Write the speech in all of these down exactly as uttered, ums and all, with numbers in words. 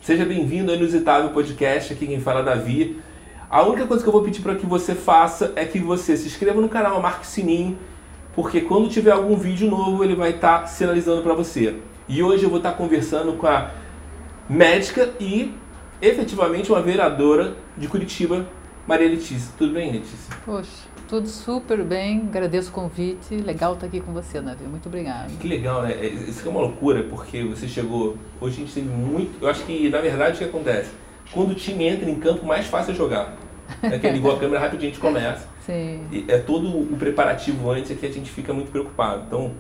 Seja bem-vindo ao Inusitável Podcast, aqui quem fala é Davi. A única coisa que eu vou pedir para que você faça é que você se inscreva no canal, marque o sininho, porque quando tiver algum vídeo novo ele vai estar sinalizando para você. E hoje eu vou estar conversando com a médica e efetivamente uma vereadora de Curitiba, Maria Letícia. Tudo bem, Letícia? Poxa, tudo super bem, agradeço o convite, legal estar aqui com você, Davi, muito obrigada. Que legal, né? Isso é uma loucura, porque você chegou, hoje a gente teve muito, eu acho que na verdade o que acontece? Quando o time entra em campo, mais fácil é jogar. É que ligou a câmera rapidinho, a gente começa. Sim. E é todo o preparativo antes, é que a gente fica muito preocupado. Então,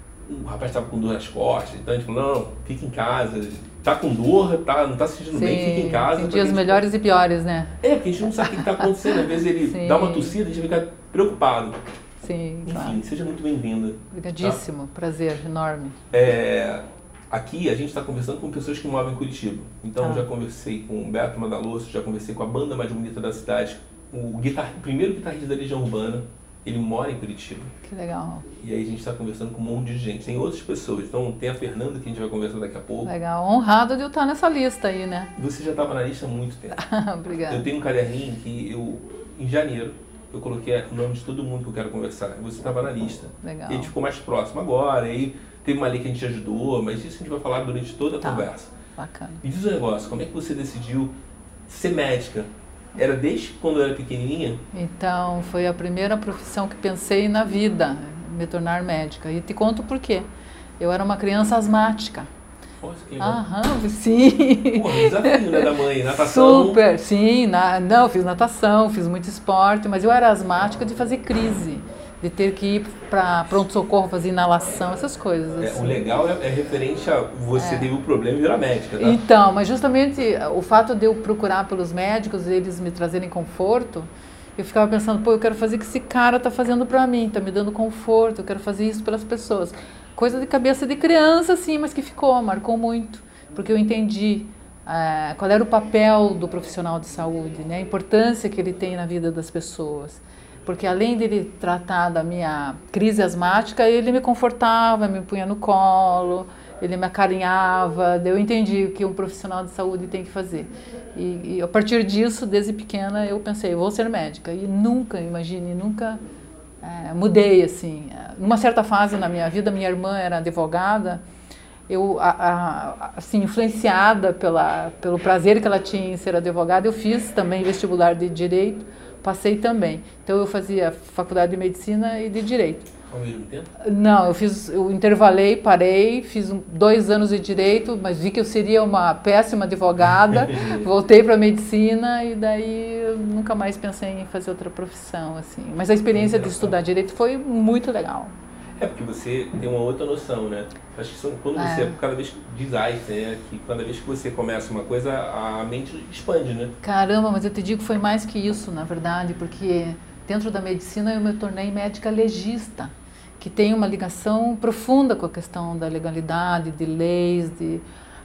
o rapaz estava com dor nas costas, então a gente falou, não, fica em casa. Tá com dor, tá, não tá se sentindo Sim, bem, fica em casa. Tem dias gente... melhores e piores, né? É, porque a gente não sabe o que está acontecendo. Às vezes ele Sim. dá uma tossida e a gente fica preocupado. Sim, Enfim, claro. seja muito bem-vinda. Obrigadíssimo, tá? Prazer enorme. É, aqui a gente está conversando com pessoas que moram em Curitiba. Então Ah. já conversei com o Beto Madaloso, já conversei com a banda mais bonita da cidade, o, guitar... o primeiro guitarrista da Legião Urbana. Ele mora em Curitiba. Que legal. E aí a gente está conversando com um monte de gente. Tem outras pessoas. Então tem a Fernanda que a gente vai conversar daqui a pouco. Legal. Honrado de eu estar nessa lista aí, né? Você já estava na lista há muito tempo. Obrigada. Eu tenho um caderninho que eu, em janeiro, eu coloquei o nome de todo mundo que eu quero conversar. Você estava na lista. Legal. E a gente ficou mais próximo agora. Aí teve uma lei que a gente ajudou, mas isso a gente vai falar durante toda a Tá. conversa. Bacana. Me diz um negócio, como é que você decidiu ser médica? Era desde quando eu era pequenininha? Então, foi a primeira profissão que pensei na vida, me tornar médica. E te conto por quê. Eu era uma criança asmática. Nossa, que legal. Aham, sim. Pô, desafio, né, da mãe, natação. Super, sim. Na, não, fiz natação, fiz muito esporte, mas eu era asmática de fazer crise, de ter que ir para pronto-socorro, fazer inalação, essas coisas. É, assim. o legal é, é referente a você É. teve o problema e virar médica, tá? Então, mas justamente o fato de eu procurar pelos médicos, eles me trazerem conforto, eu ficava pensando, pô, eu quero fazer o que esse cara tá fazendo para mim, tá me dando conforto, eu quero fazer isso pelas pessoas. Coisa de cabeça de criança, sim, mas que ficou, marcou muito, porque eu entendi é, qual era o papel do profissional de saúde, né, a importância que ele tem na vida das pessoas. Porque além dele tratar da minha crise asmática, ele me confortava, me punha no colo, ele me acarinhava, eu entendi o que um profissional de saúde tem que fazer. E, e a partir disso, desde pequena, eu pensei, vou ser médica. E nunca, imagine, nunca é, mudei, assim. Numa certa fase na minha vida, minha irmã era advogada, eu, a, a, assim, influenciada pela, pelo prazer que ela tinha em ser advogada, eu fiz também vestibular de Direito, passei também. Então eu fazia faculdade de Medicina e de Direito. Ao mesmo tempo? Não, eu fiz, eu intervalei, parei, fiz um, dois anos de Direito, mas vi que eu seria uma péssima advogada, voltei para Medicina e daí eu nunca mais pensei em fazer outra profissão, assim. Mas a experiência de estudar Direito foi muito legal. É, porque você tem uma outra noção, né? Acho que são, quando você, É. cada vez, diz Einstein, né? Que cada vez que você começa uma coisa, a mente expande, né? Caramba, mas eu te digo que foi mais que isso, na verdade, porque dentro da medicina eu me tornei médica legista, que tem uma ligação profunda com a questão da legalidade, de leis, de,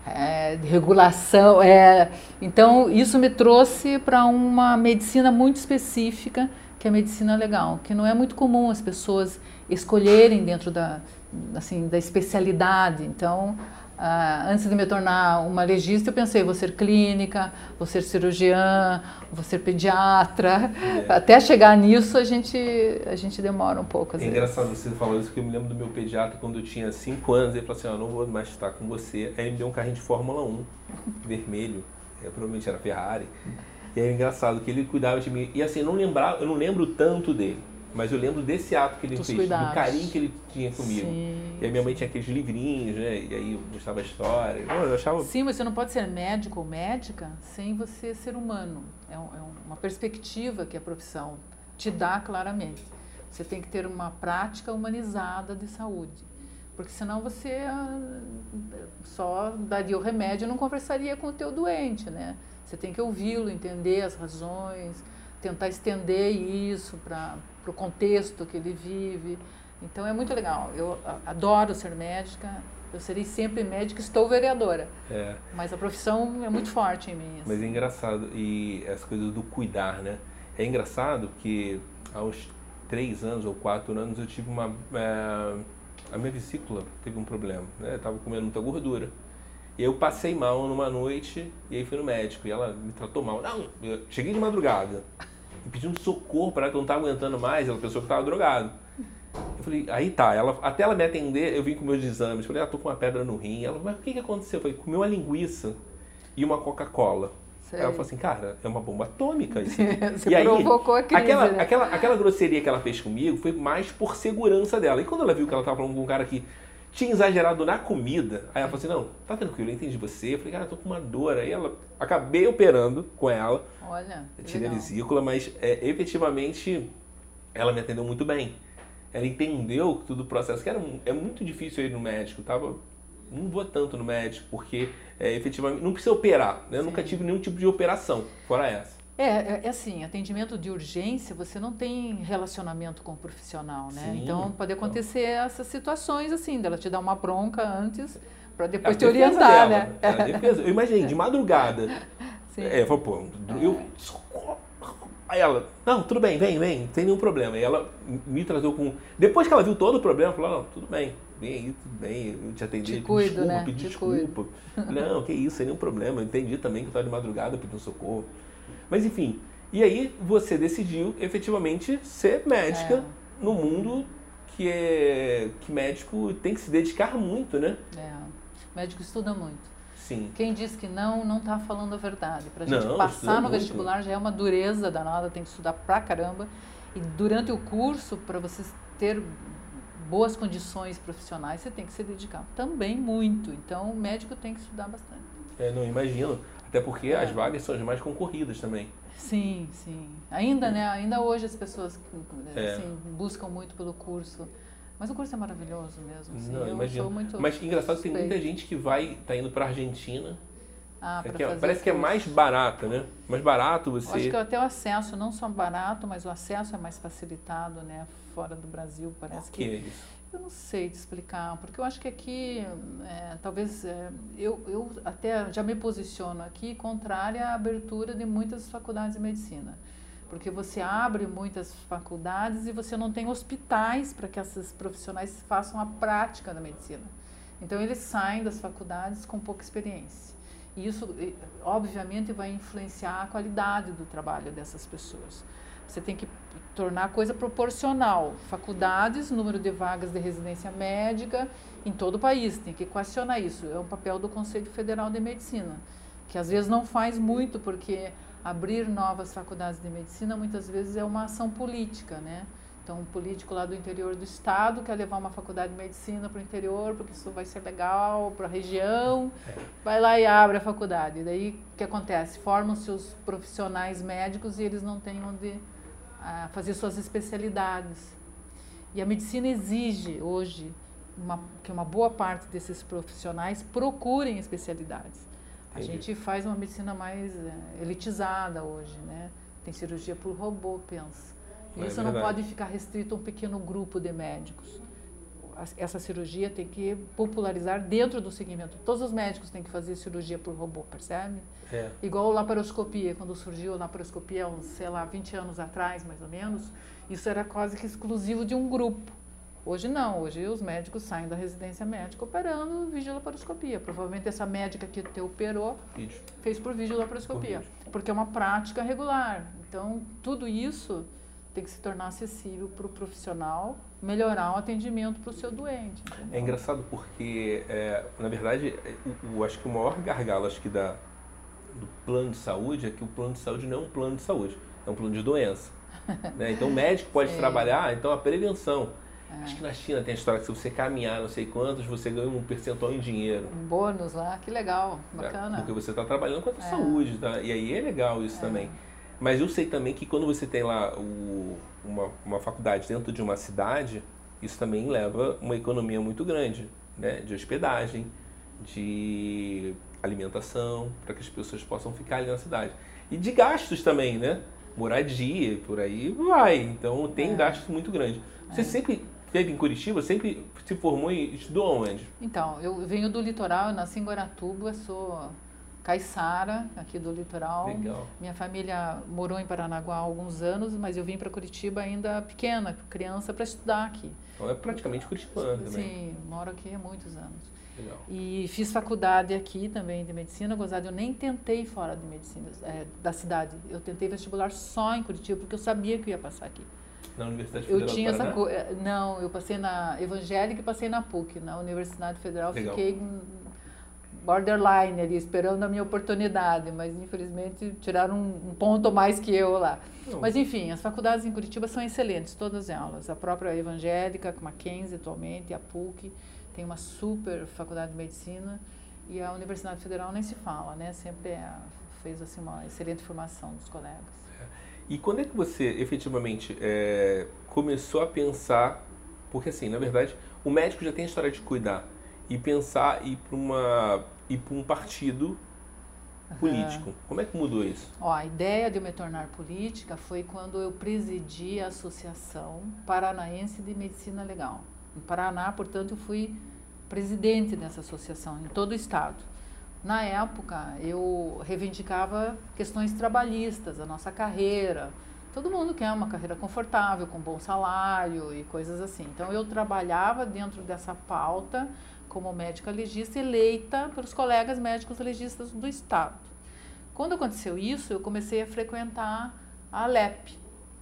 é, de regulação. É. Então, isso me trouxe para uma medicina muito específica, que é a medicina legal, que não é muito comum as pessoas escolherem dentro da, assim, da especialidade. Então, ah, antes de me tornar uma legista, eu pensei, vou ser clínica, vou ser cirurgiã, vou ser pediatra. É. Até chegar nisso, a gente, a gente demora um pouco. Às É vezes. engraçado você falar isso, porque eu me lembro do meu pediatra quando eu tinha cinco anos, ele falou assim, ó, não vou mais estar com você. Aí ele me deu um carrinho de Fórmula um, vermelho, é, provavelmente era Ferrari. E é engraçado que ele cuidava de mim. E assim, eu não, lembrava, eu não lembro tanto dele, mas eu lembro desse ato que ele Dos fez, cuidados. do carinho que ele tinha comigo. Sim, E a minha mãe tinha aqueles livrinhos, né? E aí eu gostava da história. Eu achava... Sim, mas você não pode ser médico ou médica sem você ser humano. É, um, é uma perspectiva que a profissão te dá claramente. Você tem que ter uma prática humanizada de saúde. Porque senão você ah, só daria o remédio e não conversaria com o teu doente, né? Você tem que ouvi-lo, entender as razões, tentar estender isso para o contexto que ele vive. Então é muito legal. Eu adoro ser médica, eu serei sempre médica, estou vereadora. É. Mas a profissão é muito forte em mim. Assim. Mas é engraçado, e as coisas do cuidar, né? É engraçado que há uns três anos ou quatro anos eu tive uma... É, a minha vesícula teve um problema, né? Eu estava comendo muita gordura. Eu passei mal numa noite e aí fui no médico e ela me tratou mal. Não, eu cheguei de madrugada e pedindo socorro para ela que eu não estava aguentando mais, ela pensou que eu estava drogado. Eu falei, aí tá, ela, até ela me atender, eu vim com meus exames, falei, ah, tô com uma pedra no rim. Ela, mas o que que aconteceu? Eu falei, comi uma linguiça e uma Coca-Cola. Aí ela falou assim, cara, é uma bomba atômica isso. Você e aí, provocou a crise, aquela, né? aquela, aquela grosseria que ela fez comigo foi mais por segurança dela. E quando ela viu que ela estava falando com um cara que tinha exagerado na comida, aí ela falou assim, não, tá tranquilo, eu entendi você. Eu falei, cara, eu tô com uma dor. Aí ela, acabei operando com ela. Olha, tirei a legal. vesícula, mas é, efetivamente ela me atendeu muito bem. Ela entendeu tudo o processo, que era, é muito difícil ir no médico, tava, não vou tanto no médico, porque é, efetivamente não precisa operar, né? Eu nunca tive nenhum tipo de operação, fora essa. É, é assim, atendimento de urgência, você não tem relacionamento com o profissional, né? Sim, então pode acontecer então. essas situações assim, dela te dar uma bronca antes, para depois É te orientar, dela, né? É a defesa. Eu imaginei, de madrugada. Sim. É, eu falei, pô, eu... Aí ela, não, tudo bem, vem, vem, não tem nenhum problema. E ela me tratou com... Depois que ela viu todo o problema, falou, não, tudo bem, vem aí, tudo bem, eu te atendi, te cuido, desculpa, né? pedi te desculpa. Não, que isso, sem nenhum problema, eu entendi também que eu estava de madrugada pedindo socorro. Mas enfim, e aí você decidiu efetivamente ser médica é. no mundo que é que médico tem que se dedicar muito, né? É, o médico estuda muito. Sim. Quem diz que não, não está falando a verdade. Para a gente não, passar no muito. vestibular já é uma dureza danada, tem que estudar pra caramba. E durante o curso, para você ter boas condições profissionais, você tem que se dedicar também muito. Então, o médico tem que estudar bastante. É, não imagino. Até porque é. as vagas são as mais concorridas também. Sim, sim. Ainda, né? Ainda hoje as pessoas é. assim, buscam muito pelo curso. Mas o curso é maravilhoso mesmo. Assim. Não, eu imagino. sou muito Mas engraçado que tem suspeita. muita gente que vai, tá indo para Argentina. Ah, é pra que é, fazer parece que é mais barato, né? Mais barato você... Eu acho que até o acesso, não só barato, mas o acesso é mais facilitado, né? Fora do Brasil, parece que... que... é isso? Eu não sei te explicar, porque eu acho que aqui, é, talvez, é, eu, eu até já me posiciono aqui contrária à abertura de muitas faculdades de medicina. Porque você abre muitas faculdades e você não tem hospitais para que esses profissionais façam a prática da medicina. Então, eles saem das faculdades com pouca experiência. E isso, obviamente, vai influenciar a qualidade do trabalho dessas pessoas. Você tem que tornar a coisa proporcional. Faculdades, número de vagas de residência médica em todo o país. Tem que equacionar isso. É um papel do Conselho Federal de Medicina, que às vezes não faz muito, porque abrir novas faculdades de medicina muitas vezes é uma ação política, né? Então, um político lá do interior do estado quer levar uma faculdade de medicina para o interior, porque isso vai ser legal para a região, vai lá e abre a faculdade. E daí, o que acontece? Formam-se os profissionais médicos e eles não têm onde ah, fazer suas especialidades. E a medicina exige, hoje, uma, que uma boa parte desses profissionais procurem especialidades. A Entendi. gente faz uma medicina mais é, elitizada hoje, né? Tem cirurgia por robô, pensa. E é isso verdade. não pode ficar restrito a um pequeno grupo de médicos. Essa cirurgia tem que popularizar dentro do segmento. Todos os médicos têm que fazer cirurgia por robô, percebe? É. Igual a laparoscopia. Quando surgiu a laparoscopia, uns, sei lá, vinte anos atrás, mais ou menos, isso era quase que exclusivo de um grupo. Hoje não, hoje os médicos saem da residência médica operando videolaparoscopia. Provavelmente essa médica que te operou Vídeo. fez por videolaparoscopia, porque é uma prática regular. Então, tudo isso tem que se tornar acessível para o profissional, melhorar o atendimento para o seu doente. Entendeu? É engraçado porque, é, na verdade, eu acho que o maior gargalo acho que da, do plano de saúde é que o plano de saúde não é um plano de saúde, é um plano de doença. Né? Então, o médico pode trabalhar, então a prevenção. É. Acho que na China tem a história que se você caminhar não sei quantos, você ganha um percentual em dinheiro. Um bônus lá, que legal, bacana. É, porque você está trabalhando com a tua é. saúde, tá? E aí é legal isso é. também. Mas eu sei também que quando você tem lá o, uma, uma faculdade dentro de uma cidade, isso também leva uma economia muito grande, né? De hospedagem, de alimentação, para que as pessoas possam ficar ali na cidade. E de gastos também, né? Moradia, por aí vai. Então tem é. gastos muito grandes. Você é. sempre esteve em Curitiba, sempre se formou e estudou onde? Então, eu venho do litoral, eu nasci em Guaratuba, sou caiçara aqui do litoral. Legal. Minha família morou em Paranaguá há alguns anos, mas eu vim para Curitiba ainda pequena, criança, para estudar aqui. Então é praticamente curitibano também. Sim, moro aqui há muitos anos. Legal. E fiz faculdade aqui também de medicina, gozado, eu nem tentei fora de medicina, é, da cidade. Eu tentei vestibular só em Curitiba, porque eu sabia que eu ia passar aqui. Na Universidade Federal eu tinha do Paraná? essa co... Não, eu passei na Evangélica e passei na P U C. Na Universidade Federal Legal. Fiquei borderline ali, esperando a minha oportunidade, mas infelizmente tiraram um, um ponto mais que eu lá. Não. Mas enfim, as faculdades em Curitiba são excelentes, todas elas. A própria Evangélica, a Mackenzie atualmente, a P U C, tem uma super faculdade de medicina, e a Universidade Federal nem se fala, né? Sempre é, fez assim, uma excelente formação dos colegas. E quando é que você efetivamente é, começou a pensar, porque assim, na verdade, o médico já tem a história de cuidar, e pensar ir para uma ir para um partido político. Uhum. Como é que mudou isso? Ó, a ideia de eu me tornar política foi quando eu presidi a Associação Paranaense de Medicina Legal. No Paraná, portanto, eu fui presidente dessa associação em todo o estado. Na época, eu reivindicava questões trabalhistas, a nossa carreira. Todo mundo quer uma carreira confortável, com bom salário e coisas assim. Então, eu trabalhava dentro dessa pauta como médica legista eleita pelos colegas médicos legistas do estado. Quando aconteceu isso, eu comecei a frequentar a Alep.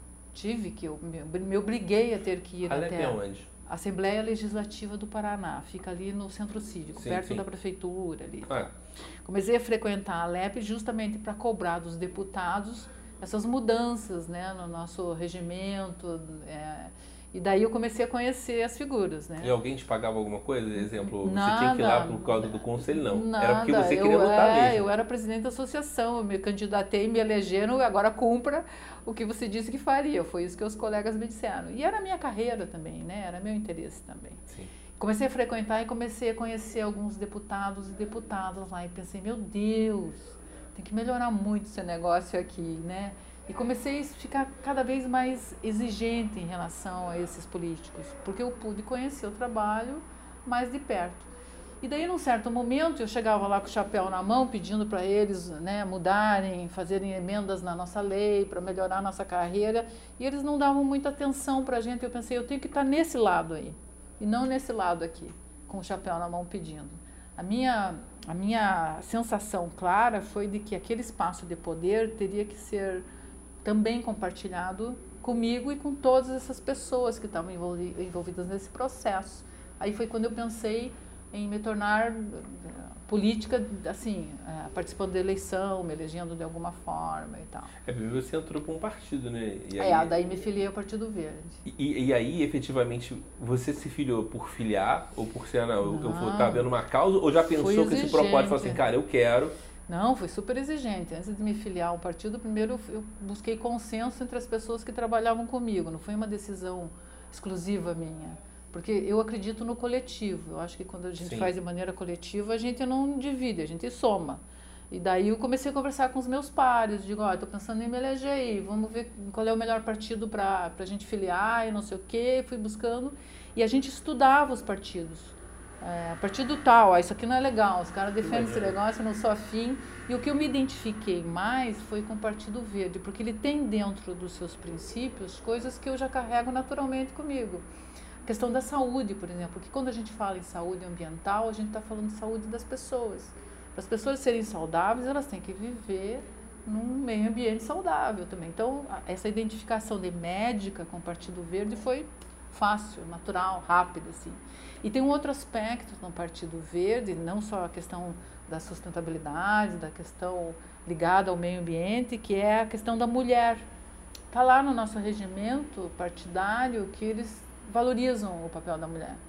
Tive que, eu me, me obriguei a ter que ir Alep até... é onde? Assembleia Legislativa do Paraná, fica ali no Centro Cívico, sim, perto sim. da prefeitura. Ali. Ah. Comecei a frequentar a Alep justamente para cobrar dos deputados essas mudanças, né, no nosso regimento. É, e daí eu comecei a conhecer as figuras. Né? E alguém te pagava alguma coisa? Exemplo, nada, você tinha que ir lá por causa do conselho? Não. Nada. Era porque você queria eu, lutar é, mesmo. Eu era presidente da associação, eu me candidatei, me elegeram, agora cumpra o que você disse que faria. Foi isso que os colegas me disseram. E era a minha carreira também, né? Era meu interesse também. Sim. Comecei a frequentar e comecei a conhecer alguns deputados e deputadas lá. E pensei, meu Deus, tem que melhorar muito esse negócio aqui, né? E comecei a ficar cada vez mais exigente em relação a esses políticos, porque eu pude conhecer o trabalho mais de perto. E daí, num certo momento, eu chegava lá com o chapéu na mão, pedindo para eles, né, mudarem, fazerem emendas na nossa lei, para melhorar a nossa carreira, e eles não davam muita atenção para a gente. Eu pensei, eu tenho que estar nesse lado aí, e não nesse lado aqui, com o chapéu na mão pedindo. A minha, a minha sensação clara foi de que aquele espaço de poder teria que ser também compartilhado comigo e com todas essas pessoas que estavam envolvidas nesse processo. Aí foi quando eu pensei em me tornar política, assim, é, participando da eleição, me elegendo de alguma forma e tal. É, você entrou para um partido, né? E aí, é, daí me filiei ao Partido Verde. E, e aí, efetivamente, você se filiou por filiar ou por ser, não, não. eu vou estar vendo uma causa, ou já pensou que esse propósito, falou assim, cara, eu quero... Não, fui super exigente. Antes de me filiar ao partido, primeiro eu busquei consenso entre as pessoas que trabalhavam comigo. Não foi uma decisão exclusiva minha. Porque eu acredito no coletivo. Eu acho que quando a gente Sim. faz de maneira coletiva, a gente não divide, a gente soma. E daí eu comecei a conversar com os meus pares. Digo, ó, oh, estou pensando em me eleger aí. Vamos ver qual é o melhor partido para a gente filiar e não sei o quê. Fui buscando. E a gente estudava os partidos. É, partido tal, ó, isso aqui não é legal, os caras defendem esse negócio, eu não sou afim. E o que eu me identifiquei mais foi com o Partido Verde, porque ele tem dentro dos seus princípios coisas que eu já carrego naturalmente comigo. A questão da saúde, por exemplo, porque quando a gente fala em saúde ambiental, a gente está falando de saúde das pessoas. Para as pessoas serem saudáveis, elas têm que viver num meio ambiente saudável também. Então, essa identificação de médica com o Partido Verde foi fácil, natural, rápido, assim. E tem um outro aspecto no Partido Verde, não só a questão da sustentabilidade, da questão ligada ao meio ambiente, que é a questão da mulher. Está lá no nosso regimento partidário que eles valorizam o papel da mulher.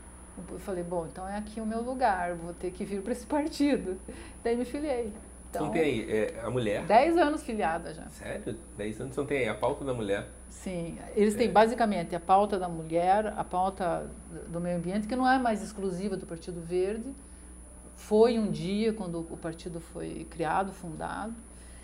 Eu falei, bom, então é aqui o meu lugar, vou ter que vir para esse partido. Daí me filiei. Então, não tem aí é, a mulher? Dez anos filiada já. Sério? Dez anos? Não tem aí a pauta da mulher? Sim. Eles têm é. basicamente a pauta da mulher, a pauta do meio ambiente, que não é mais exclusiva do Partido Verde. Foi um dia, quando o partido foi criado, fundado.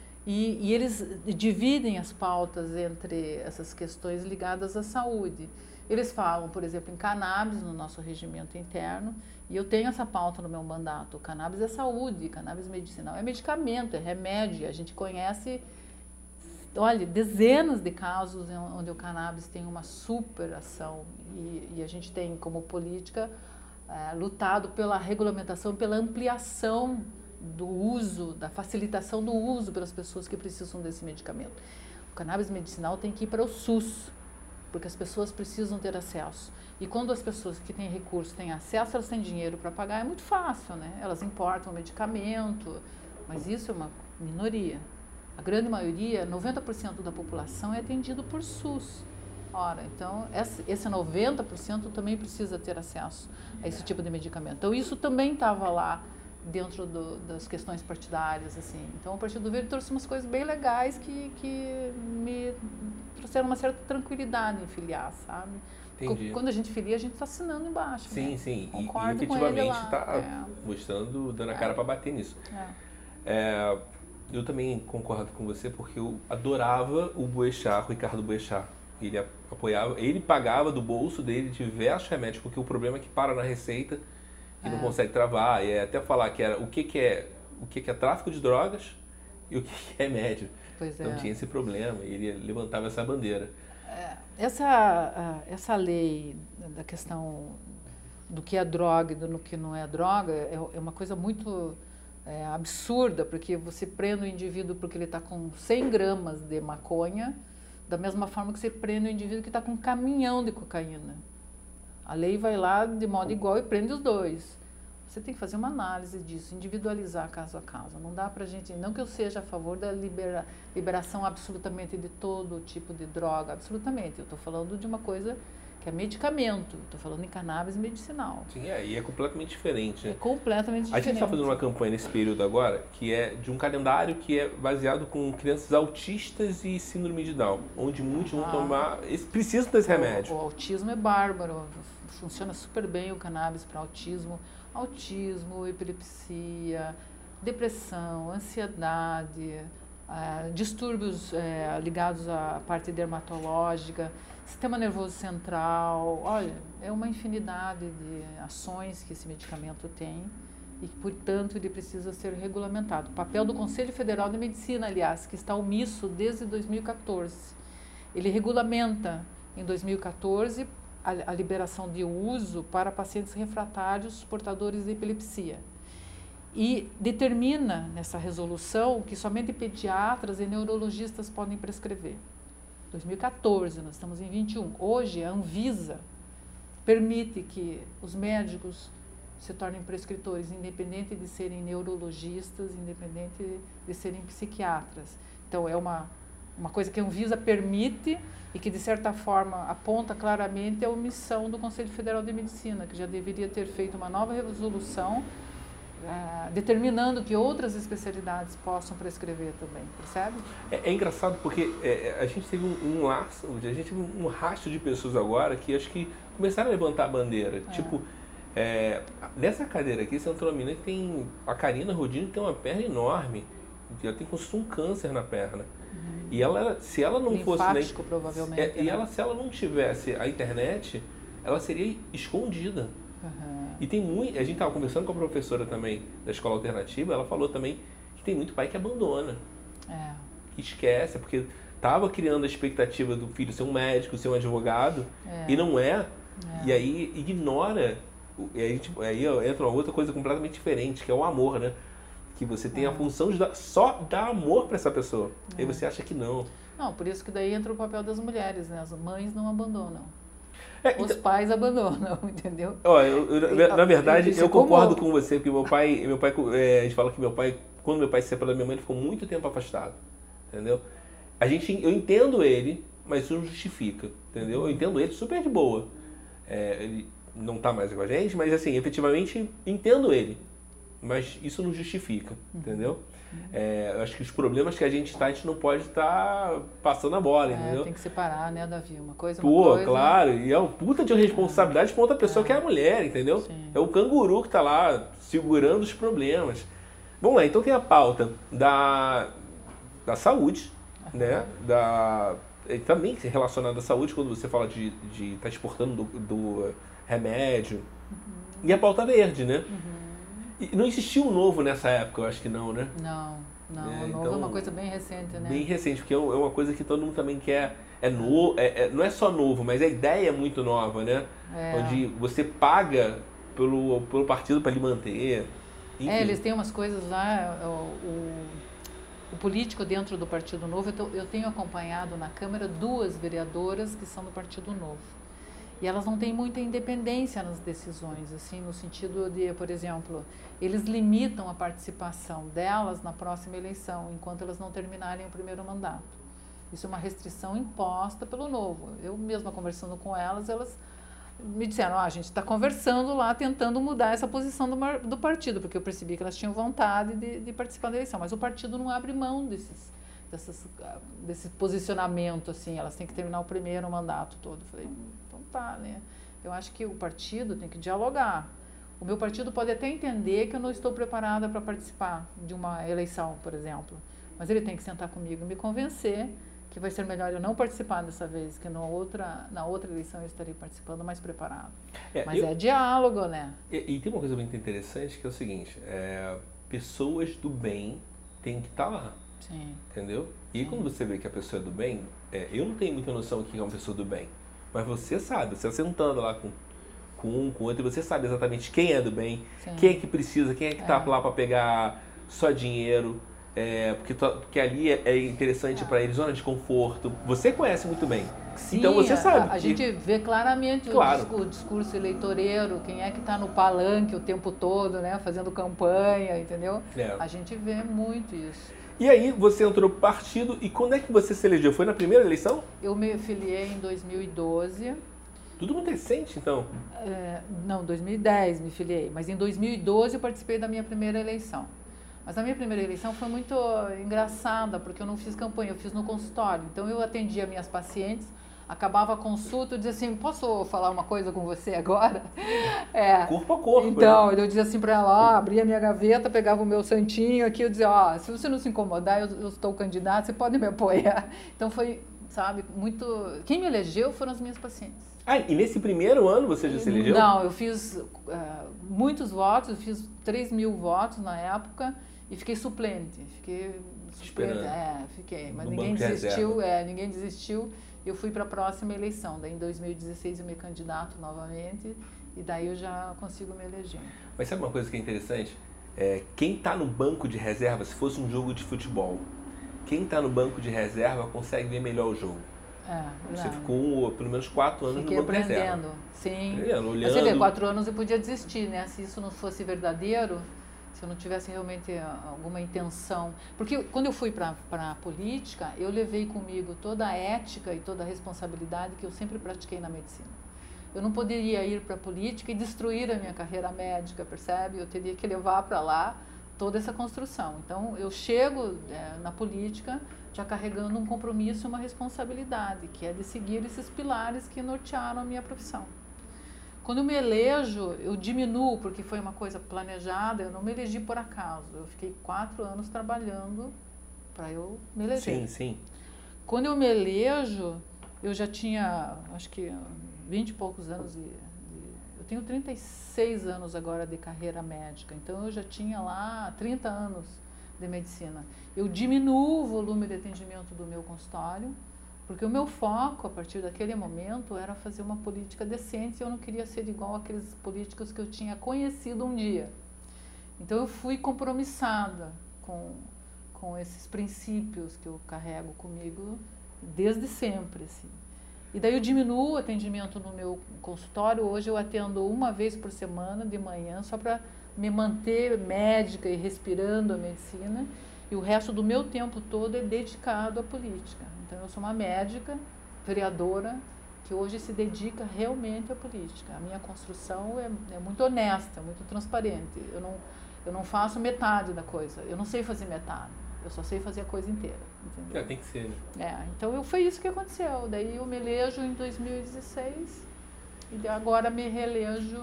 E, e eles dividem as pautas entre essas questões ligadas à saúde. Eles falam, por exemplo, em cannabis, no nosso regimento interno, e eu tenho essa pauta no meu mandato. Cannabis é saúde, cannabis medicinal é medicamento, é remédio. A gente conhece, olha, dezenas de casos onde o cannabis tem uma super ação e, e a gente tem como política é, lutado pela regulamentação, pela ampliação do uso, da facilitação do uso pelas pessoas que precisam desse medicamento. O cannabis medicinal tem que ir para o SUS, porque as pessoas precisam ter acesso. E quando as pessoas que têm recursos têm acesso, elas têm dinheiro para pagar, é muito fácil, né? Elas importam o medicamento, mas isso é uma minoria. A grande maioria, noventa por cento da população é atendido por SUS. Ora, então, esse noventa por cento também precisa ter acesso a esse tipo de medicamento. Então, isso também estava lá dentro do, das questões partidárias, assim. Então, o Partido Verde trouxe umas coisas bem legais que, que me trouxeram uma certa tranquilidade em filiar, sabe? Entendi. Quando a gente filia, a gente está assinando embaixo. Sim, né? sim. E, Concordo e efetivamente está é. mostrando, dando a cara É. para bater nisso. É. É, eu também concordo com você, porque eu adorava o Boechat, o Ricardo Boechat. Ele apoiava, ele pagava do bolso dele diversos remédios, porque o problema é que para na receita e é. não consegue travar. E é até falar que era o que, que é o que, que é tráfico de drogas e o que, que é remédio. Pois então é. tinha esse problema, e ele levantava essa bandeira. Essa, essa lei da questão do que é droga e do que não é droga é uma coisa muito é, absurda, porque você prende o indivíduo porque ele está com cem gramas de maconha, da mesma forma que você prende o indivíduo que está com um caminhão de cocaína. A lei vai lá de modo igual e prende os dois. Você tem que fazer uma análise disso, individualizar caso a caso. Não dá pra gente, não que eu seja a favor da libera, liberação absolutamente de todo tipo de droga, absolutamente. Eu estou falando de uma coisa que é medicamento, estou falando em cannabis medicinal. Sim, é, e é completamente diferente. Né? É completamente diferente. A gente está fazendo uma campanha nesse período agora, que é de um calendário que é baseado com crianças autistas e síndrome de Down, onde muitos vão ah, tomar, eles precisam desse remédio. O, o autismo é bárbaro, funciona super bem o cannabis para autismo. Autismo, epilepsia, depressão, ansiedade, uh, distúrbios uh, ligados à parte dermatológica, sistema nervoso central. Olha, é uma infinidade de ações que esse medicamento tem e que, portanto, ele precisa ser regulamentado. O papel do Conselho Federal de Medicina, aliás, que está omisso desde dois mil e quatorze. Ele regulamenta em dois mil e quatorze a liberação de uso para pacientes refratários portadores de epilepsia. E determina nessa resolução que somente pediatras e neurologistas podem prescrever. dois mil e quatorze, nós estamos em vinte e um. Hoje, a Anvisa permite que os médicos se tornem prescritores, independente de serem neurologistas, independente de serem psiquiatras. Então, é uma, uma coisa que a Anvisa permite e que, de certa forma, aponta claramente a omissão do Conselho Federal de Medicina, que já deveria ter feito uma nova resolução uh, determinando que outras especialidades possam prescrever também, percebe? É, é engraçado porque é, a gente teve um, um laço, a gente teve um rastro de pessoas agora que acho que começaram a levantar a bandeira. É. Tipo, é, nessa cadeira aqui, você entrou uma menina que tem, a Karina Rodino, que tem uma perna enorme, ela tem como se fosse um câncer na perna. E ela, se ela não fosse nem, provavelmente, é, né? e ela, se ela não tivesse a internet, ela seria escondida. Uhum. E tem muito, a gente estava conversando com a professora também da escola alternativa, ela falou também que tem muito pai que abandona, é. que esquece, porque estava criando a expectativa do filho ser um médico, ser um advogado, é. e não é, é, e aí ignora, e aí, tipo, aí entra uma outra coisa completamente diferente, que é o amor, né? Que você tem a função de dar, só dar amor para essa pessoa. É. Aí você acha que não. Não, por isso que daí entra o papel das mulheres, né? As mães não abandonam. É, Os então, pais abandonam, entendeu? Ó, eu, eu, na verdade, eu concordo como... com você, porque meu pai, meu pai é, a gente fala que meu pai, quando meu pai se separou da minha mãe, ele ficou muito tempo afastado, entendeu? A gente, eu entendo ele, mas isso não justifica, entendeu? Eu entendo ele super de boa. É, ele não tá mais com a gente, mas assim, efetivamente, entendo ele. Mas isso não justifica, uhum. entendeu? Uhum. É, eu acho que os problemas que a gente está, a gente não pode estar tá passando a bola, é, entendeu? Tem que separar, né, Davi? Uma coisa, Pô, uma coisa... claro, e é uma puta de responsabilidade é. para outra pessoa é. que é a mulher, entendeu? Sim. É o canguru que está lá segurando os problemas. Vamos lá, então tem a pauta da, da saúde, uhum. né? Da, também relacionada à saúde, quando você fala de estar de tá exportando do, do remédio. Uhum. E a pauta verde, né? Uhum. E não existiu um novo nessa época, eu acho que não, né? Não, não. É, o novo então, é uma coisa bem recente, né? Bem recente, porque é uma coisa que todo mundo também quer. É no, é, é, não é só novo, mas a ideia é muito nova, né? É. Onde você paga pelo, pelo partido para lhe manter. Enfim. É, eles têm umas coisas lá, o, o, o político dentro do Partido Novo, eu, tô, eu tenho acompanhado na Câmara duas vereadoras que são do Partido Novo. E elas não têm muita independência nas decisões, assim, no sentido de, por exemplo, eles limitam a participação delas na próxima eleição, enquanto elas não terminarem o primeiro mandato. Isso é uma restrição imposta pelo Novo. Eu mesma conversando com elas, elas me disseram, ah, a gente está conversando lá, tentando mudar essa posição do, do partido, porque eu percebi que elas tinham vontade de, de participar da eleição, mas o partido não abre mão desses, dessas, desse posicionamento, assim, elas têm que terminar o primeiro mandato todo. Eu falei, então tá, né? Eu acho que o partido tem que dialogar. O meu partido pode até entender que eu não estou preparada para participar de uma eleição, por exemplo, mas ele tem que sentar comigo e me convencer que vai ser melhor eu não participar dessa vez, que na outra, na outra eleição eu estarei participando mais preparado. É, Mas eu, é diálogo, né? E, e tem uma coisa muito interessante que é o seguinte, é, pessoas do bem têm que estar lá. Sim. Entendeu? E Sim. quando você vê que a pessoa é do bem, é, eu não tenho muita noção que é uma pessoa do bem, mas você sabe, você sentando lá com, com um, com outro, você sabe exatamente quem é do bem, Sim. quem é que precisa, quem é que está é. lá para pegar só dinheiro. É, porque, porque ali é, é interessante é. para eles, zona de conforto. Você conhece muito bem. Sim, então você sabe. A, a que... gente vê claramente claro. o, discurso, o discurso eleitoreiro, quem é que está no palanque o tempo todo, né, fazendo campanha, entendeu? É. A gente vê muito isso. E aí você entrou pro partido e quando é que você se elegeu? Foi na primeira eleição? Eu me filiei em dois mil e doze. Tudo muito recente, então? É, não, dois mil e dez me filiei, mas em dois mil e doze eu participei da minha primeira eleição. Mas a minha primeira eleição foi muito engraçada, porque eu não fiz campanha, eu fiz no consultório. Então eu atendia minhas pacientes, acabava a consulta, eu dizia assim, posso falar uma coisa com você agora? É, corpo a corpo. Então, né? eu dizia assim para ela, ó, abria a minha gaveta, pegava o meu santinho aqui, eu dizia, ó, se você não se incomodar, eu, eu estou candidato, você pode me apoiar. Então foi, sabe, muito... Quem me elegeu foram as minhas pacientes. Ah, e nesse primeiro ano você já se elegeu? Não, eu fiz uh, muitos votos, eu fiz três mil votos na época, e fiquei suplente, fiquei suplente, é, fiquei, mas ninguém desistiu, é, ninguém desistiu, eu fui para a próxima eleição, daí em dois mil e dezesseis eu me candidato novamente, e daí eu já consigo me eleger. Mas sabe uma coisa que é interessante? É, quem está no banco de reserva, se fosse um jogo de futebol, quem está no banco de reserva consegue ver melhor o jogo. É, você ficou pelo menos quatro anos Fiquei no banco aprendendo, de reserva. Sim. Aprendendo, olhando. Você vê, quatro anos eu podia desistir, né? Se isso não fosse verdadeiro, se eu não tivesse realmente alguma intenção. Porque quando eu fui para a política, eu levei comigo toda a ética e toda a responsabilidade que eu sempre pratiquei na medicina. Eu não poderia ir para a política e destruir a minha carreira médica, percebe? Eu teria que levar para lá toda essa construção. Então, eu chego é, na política já carregando um compromisso e uma responsabilidade, que é de seguir esses pilares que nortearam a minha profissão. Quando eu me elejo, eu diminuo, porque foi uma coisa planejada, eu não me elegi por acaso. Eu fiquei quatro anos trabalhando para eu me eleger. Sim, sim. Quando eu me elejo, eu já tinha, acho que, vinte e poucos anos de, de... Eu tenho trinta e seis anos agora de carreira médica, então eu já tinha lá trinta anos de medicina. Eu diminuo o volume de atendimento do meu consultório, porque o meu foco, a partir daquele momento, era fazer uma política decente e eu não queria ser igual àqueles políticos que eu tinha conhecido um dia. Então eu fui compromissada com, com esses princípios que eu carrego comigo desde sempre, assim. E daí eu diminuo o atendimento no meu consultório. Hoje eu atendo uma vez por semana, de manhã, só para me manter médica e respirando a medicina. E o resto do meu tempo todo é dedicado à política. Então eu sou uma médica, vereadora, que hoje se dedica realmente à política. A minha construção é, é muito honesta, muito transparente. Eu não, eu não faço metade da coisa, eu não sei fazer metade, eu só sei fazer a coisa inteira. Entendeu? É, tem que ser, né? É, então eu, foi isso que aconteceu. Daí eu me elejo em dois mil e dezesseis e agora me reelejo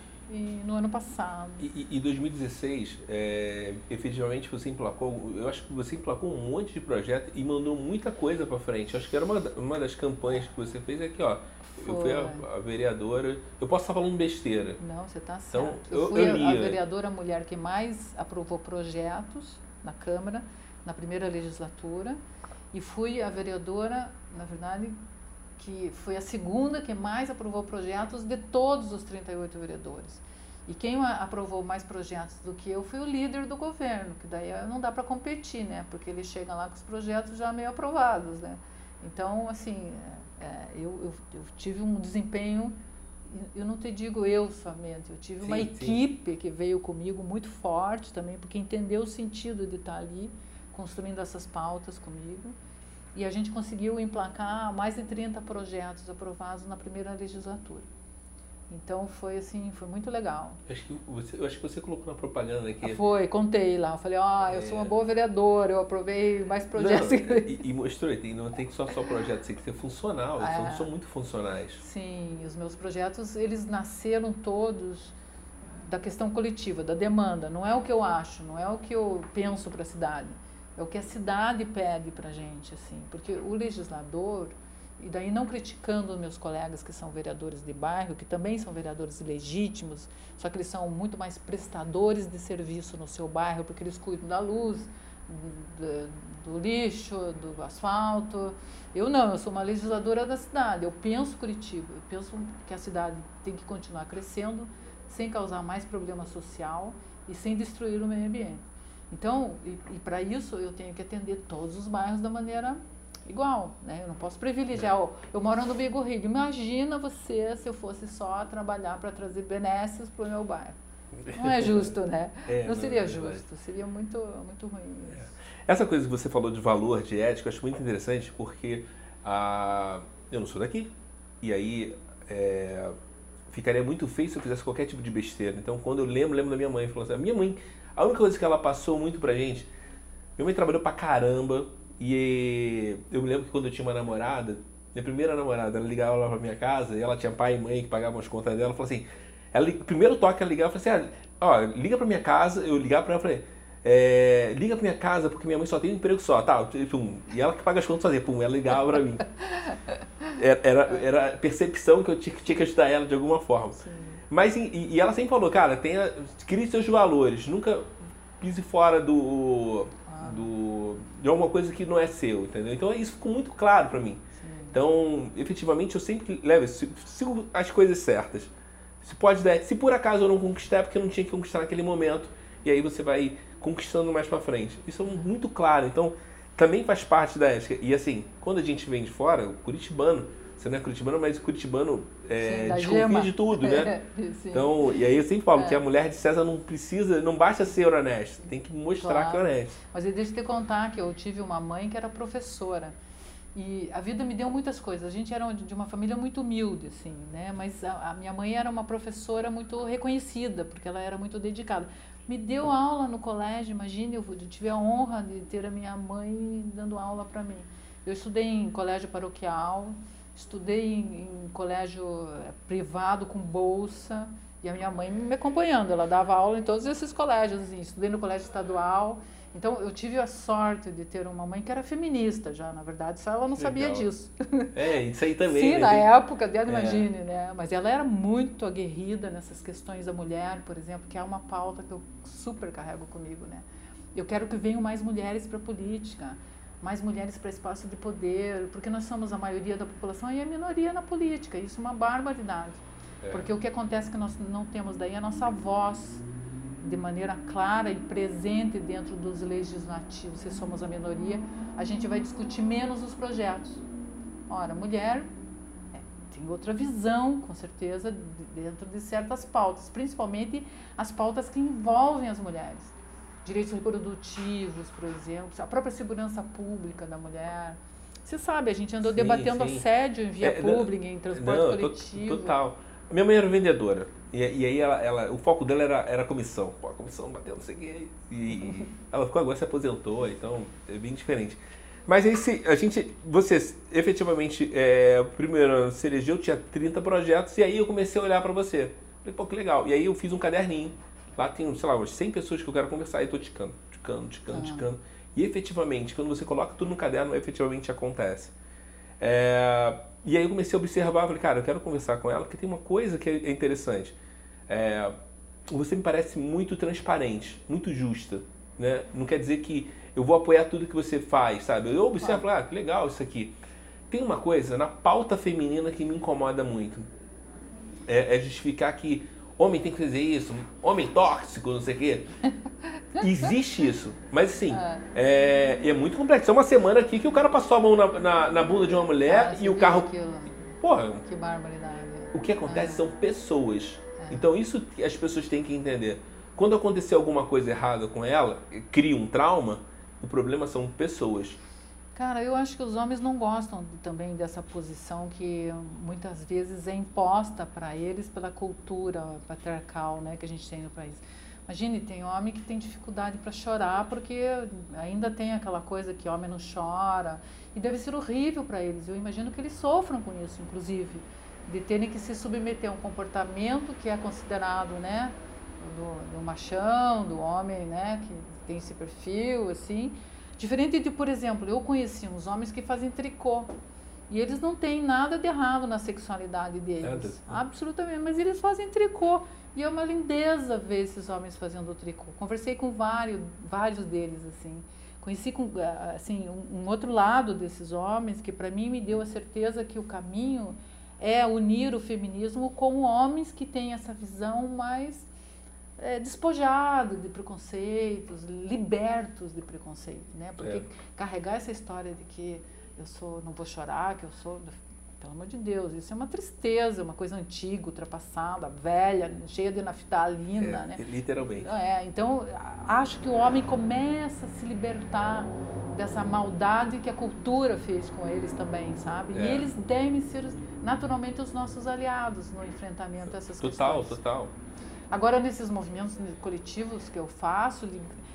E no ano passado. E em dois mil e dezesseis, é, efetivamente você emplacou, eu acho que você emplacou um monte de projeto e mandou muita coisa para frente. Eu acho que era uma, uma das campanhas que você fez aqui, ó. Foi. Eu fui a, a vereadora. Eu posso estar falando besteira. Não, você está certo. Então, eu, eu fui eu a, a vereadora mulher que mais aprovou projetos na Câmara, na primeira legislatura, e fui a vereadora, na verdade, que foi a segunda que mais aprovou projetos de todos os trinta e oito vereadores. E quem aprovou mais projetos do que eu foi o líder do governo, que daí não dá para competir, né? Porque ele chega lá com os projetos já meio aprovados, né? Então, assim, é, eu, eu, eu tive um desempenho, eu não te digo eu somente, eu tive sim, uma equipe sim. que veio comigo muito forte também, porque entendeu o sentido de estar ali, construindo essas pautas comigo. E a gente conseguiu emplacar mais de trinta projetos aprovados na primeira legislatura. Então foi assim, foi muito legal. Eu acho que você, eu acho que você colocou na propaganda aqui. Foi, contei lá. Eu falei, ó, oh, eu é. sou uma boa vereadora, eu aprovei mais projetos. Não, e, e mostrou, tem, não tem que só só projetos, tem que ser funcional. Eles é. são, são muito funcionais. Sim, os meus projetos, eles nasceram todos da questão coletiva, da demanda. Não é o que eu acho, não é o que eu penso para a cidade. É o que a cidade pede para a gente, assim. Porque o legislador... E daí não criticando os meus colegas que são vereadores de bairro, que também são vereadores legítimos, só que eles são muito mais prestadores de serviço no seu bairro, porque eles cuidam da luz, do, do lixo, do asfalto. Eu não, eu sou uma legisladora da cidade, eu penso Curitiba, eu penso que a cidade tem que continuar crescendo, sem causar mais problema social e sem destruir o meio ambiente. Então, e, e para isso eu tenho que atender todos os bairros da maneira igual, né? Eu não posso privilegiar. Oh, eu moro no Bigorrilho. Imagina você se eu fosse só trabalhar para trazer benesses para o meu bairro. Não é justo, né? É, não, não seria é justo, seria muito, muito ruim isso. É. Essa coisa que você falou de valor, de ética, eu acho muito interessante porque ah, eu não sou daqui. E aí é, ficaria muito feio se eu fizesse qualquer tipo de besteira. Então, quando eu lembro, lembro da minha mãe, falou assim, a minha mãe, a única coisa que ela passou muito pra gente, minha mãe trabalhou pra caramba. E eu me lembro que quando eu tinha uma namorada, minha primeira namorada, ela ligava lá pra minha casa e ela tinha pai e mãe que pagavam as contas dela. Ela falou assim, ela, o primeiro toque ela ligava e falou assim, ah, ó, liga pra minha casa. Eu ligava pra ela e falei, é, liga pra minha casa porque minha mãe só tem um emprego só, tá? Pum, e ela que paga as contas sozinha, pum, ela ligava pra mim. Era, era, era a percepção que eu tinha, tinha que ajudar ela de alguma forma. Sim. Mas, e, e ela sempre falou, cara, tenha, crie seus valores, nunca pise fora do... Do, de alguma coisa que não é seu, entendeu? Então isso ficou muito claro para mim. Sim. Então, efetivamente, eu sempre levo, sigo as coisas certas. Se pode dar, se por acaso eu não conquistar, é porque eu não tinha que conquistar naquele momento, e aí você vai conquistando mais para frente. Isso é muito claro, então também faz parte da ética. E assim, quando a gente vem de fora, o curitibano, você não é curitibano, mas o curitibano é, sim, desconfia gema. de tudo, né? Então, e aí eu sempre falo é. que a mulher de César não precisa, não basta ser honesta, tem que mostrar claro. que é honesta. Mas deixa eu te contar que eu tive uma mãe que era professora e a vida me deu muitas coisas. A gente era de uma família muito humilde, assim, né? Mas a, a minha mãe era uma professora muito reconhecida, porque ela era muito dedicada. Me deu aula no colégio, imagine, eu tive a honra de ter a minha mãe dando aula para mim. Eu estudei em colégio paroquial, estudei em, em colégio privado com bolsa e a minha mãe me acompanhando, ela dava aula em todos esses colégios, assim, estudei no colégio estadual, então eu tive a sorte de ter uma mãe que era feminista já, na verdade, só ela não Legal. sabia disso. É, isso aí também. Sim, né? na época dela, é. imagine, né? Mas ela era muito aguerrida nessas questões da mulher, por exemplo, que é uma pauta que eu super carrego comigo, né? Eu quero que venham mais mulheres para a política, mais mulheres para espaço de poder, porque nós somos a maioria da população e a minoria na política. Isso é uma barbaridade. É. Porque o que acontece é que nós não temos daí a nossa voz de maneira clara e presente dentro dos legislativos. Se somos a minoria, a gente vai discutir menos os projetos. Ora, mulher é, tem outra visão, com certeza, dentro de certas pautas, principalmente as pautas que envolvem as mulheres. Direitos reprodutivos, por exemplo, a própria segurança pública da mulher. Você sabe, a gente andou sim, debatendo sim. assédio em via é, pública, não, em transporte não, coletivo. Total. Minha mãe era vendedora. E, e aí ela, ela, o foco dela era, era a comissão. Pô, a comissão bateu, não sei o quê. E ela ficou agora, se aposentou, então é bem diferente. Mas aí se, a gente, você efetivamente, é, primeiro ano se elegeu, tinha trinta projetos, e aí eu comecei a olhar para você. Falei, pô, que legal. E aí eu fiz um caderninho. Lá tem, sei lá, umas cem pessoas que eu quero conversar e tô ticando, ticando, ticando, ah. ticando. E efetivamente, quando você coloca tudo no caderno, efetivamente acontece. É, e aí eu comecei a observar, falei, cara, eu quero conversar com ela, porque tem uma coisa que é interessante. É, você me parece muito transparente, muito justa, né? Não quer dizer que eu vou apoiar tudo que você faz, sabe? Eu observo, ah, que legal isso aqui. Tem uma coisa na pauta feminina que me incomoda muito. É, é justificar que homem tem que fazer isso, homem tóxico, não sei o quê. Existe isso, mas assim, é, é muito complexo. É uma semana aqui que o cara passou a mão na, na, na bunda de uma mulher ah, e o carro... Aquilo. Porra, que barbaridade. O que acontece é. são pessoas. É. Então isso as pessoas têm que entender. Quando acontecer alguma coisa errada com ela, cria um trauma, o problema são pessoas. Cara, eu acho que os homens não gostam também dessa posição que muitas vezes é imposta para eles pela cultura patriarcal, né, que a gente tem no país. Imagine, tem homem que tem dificuldade para chorar porque ainda tem aquela coisa que homem não chora. E deve ser horrível para eles. Eu imagino que eles sofram com isso, inclusive, de terem que se submeter a um comportamento que é considerado, né, do, do machão, do homem, né, que tem esse perfil, assim. Diferente de, por exemplo, eu conheci uns homens que fazem tricô. E eles não têm nada de errado na sexualidade deles. Nada. Absolutamente. Mas eles fazem tricô. E é uma lindeza ver esses homens fazendo tricô. Conversei com vários, vários deles, assim. Conheci com, assim, um, um outro lado desses homens que, para mim, me deu a certeza que o caminho é unir o feminismo com homens que têm essa visão mais é, despojada de preconceitos, libertos de preconceito, né? Porque é. carregar essa história de que eu sou, não vou chorar, que eu sou, pelo amor de Deus, isso é uma tristeza, uma coisa antiga, ultrapassada, velha, cheia de naftalina, é, né? Literalmente. É, então, acho que o homem começa a se libertar dessa maldade que a cultura fez com eles também, sabe? É. E eles devem ser, naturalmente, os nossos aliados no enfrentamento a essas total, questões. Total, total. Agora, nesses movimentos coletivos que eu faço,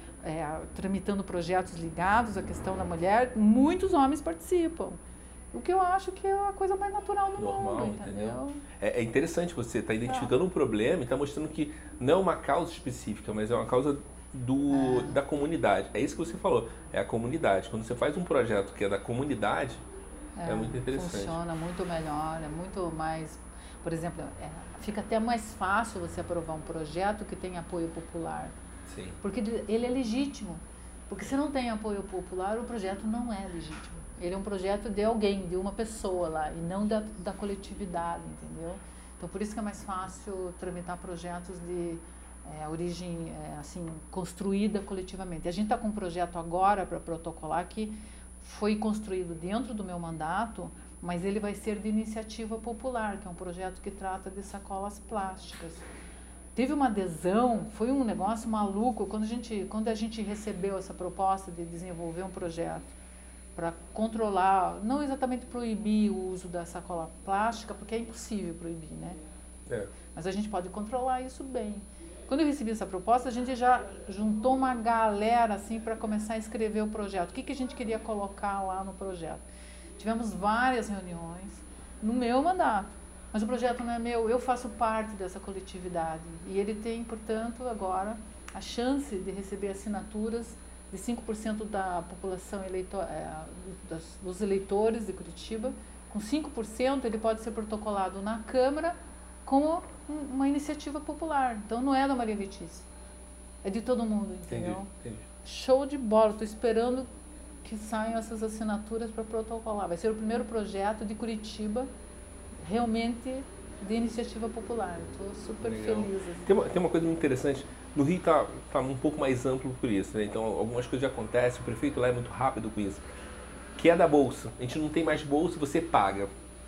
é, tramitando projetos ligados à questão da mulher, muitos homens participam. O que eu acho que é a coisa mais natural do Normal, mundo, entendeu? entendeu? É, é interessante você estar tá identificando é. um problema e estar tá mostrando que não é uma causa específica, mas é uma causa do, é. da comunidade. É isso que você falou, é a comunidade. Quando você faz um projeto que é da comunidade, é, é muito interessante. Funciona muito melhor, é muito mais... Por exemplo, é, fica até mais fácil você aprovar um projeto que tem apoio popular. Sim. Porque ele é legítimo. Porque se não tem apoio popular, o projeto não é legítimo. Ele é um projeto de alguém, de uma pessoa lá, e não da, da coletividade, entendeu? Então, por isso que é mais fácil tramitar projetos de é, origem, é, assim, construída coletivamente. A gente está com um projeto agora para protocolar que foi construído dentro do meu mandato, mas ele vai ser de iniciativa popular, que é um projeto que trata de sacolas plásticas. Teve uma adesão, foi um negócio maluco, quando a gente, quando a gente recebeu essa proposta de desenvolver um projeto para controlar, não exatamente proibir o uso da sacola plástica, porque é impossível proibir, né? É. Mas a gente pode controlar isso bem. Quando eu recebi essa proposta, a gente já juntou uma galera assim para começar a escrever o projeto. O que, que a gente queria colocar lá no projeto? Tivemos várias reuniões no meu mandato, mas o projeto não é meu, eu faço parte dessa coletividade. E ele tem, portanto, agora a chance de receber assinaturas de cinco por cento da população eleitor, é, dos, dos eleitores de Curitiba. Com cinco por cento ele pode ser protocolado na Câmara como uma iniciativa popular. Então não é da Maria Letícia, é de todo mundo, entendeu? Entendi, entendi. Show de bola, estou esperando que saiam essas assinaturas para protocolar. Vai ser o primeiro projeto de Curitiba realmente de iniciativa popular. Estou super Legal. feliz. Assim. Tem uma, tem uma coisa muito interessante. No Rio está tá um pouco mais amplo por isso, né? Então algumas coisas já acontecem, o prefeito lá é muito rápido com isso. Que é da bolsa. A gente não tem mais bolsa, você paga.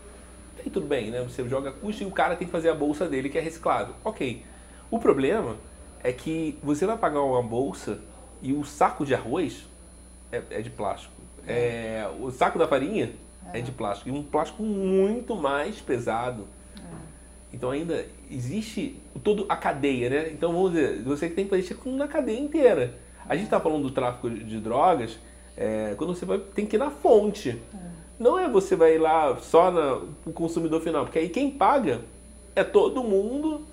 Aí tudo bem, né? Você joga custo e o cara tem que fazer a bolsa dele, que é reciclável. Ok. O problema é que você vai pagar uma bolsa e o saco de arroz é, é de plástico. É, o saco da farinha é. é de plástico. E um plástico muito mais pesado. Então ainda existe toda a cadeia, né? Então vamos dizer, você tem que fazer isso na cadeia inteira. A gente está falando do tráfico de drogas, é, quando você vai, tem que ir na fonte. É. Não é você vai ir lá só no consumidor final, porque aí quem paga é todo mundo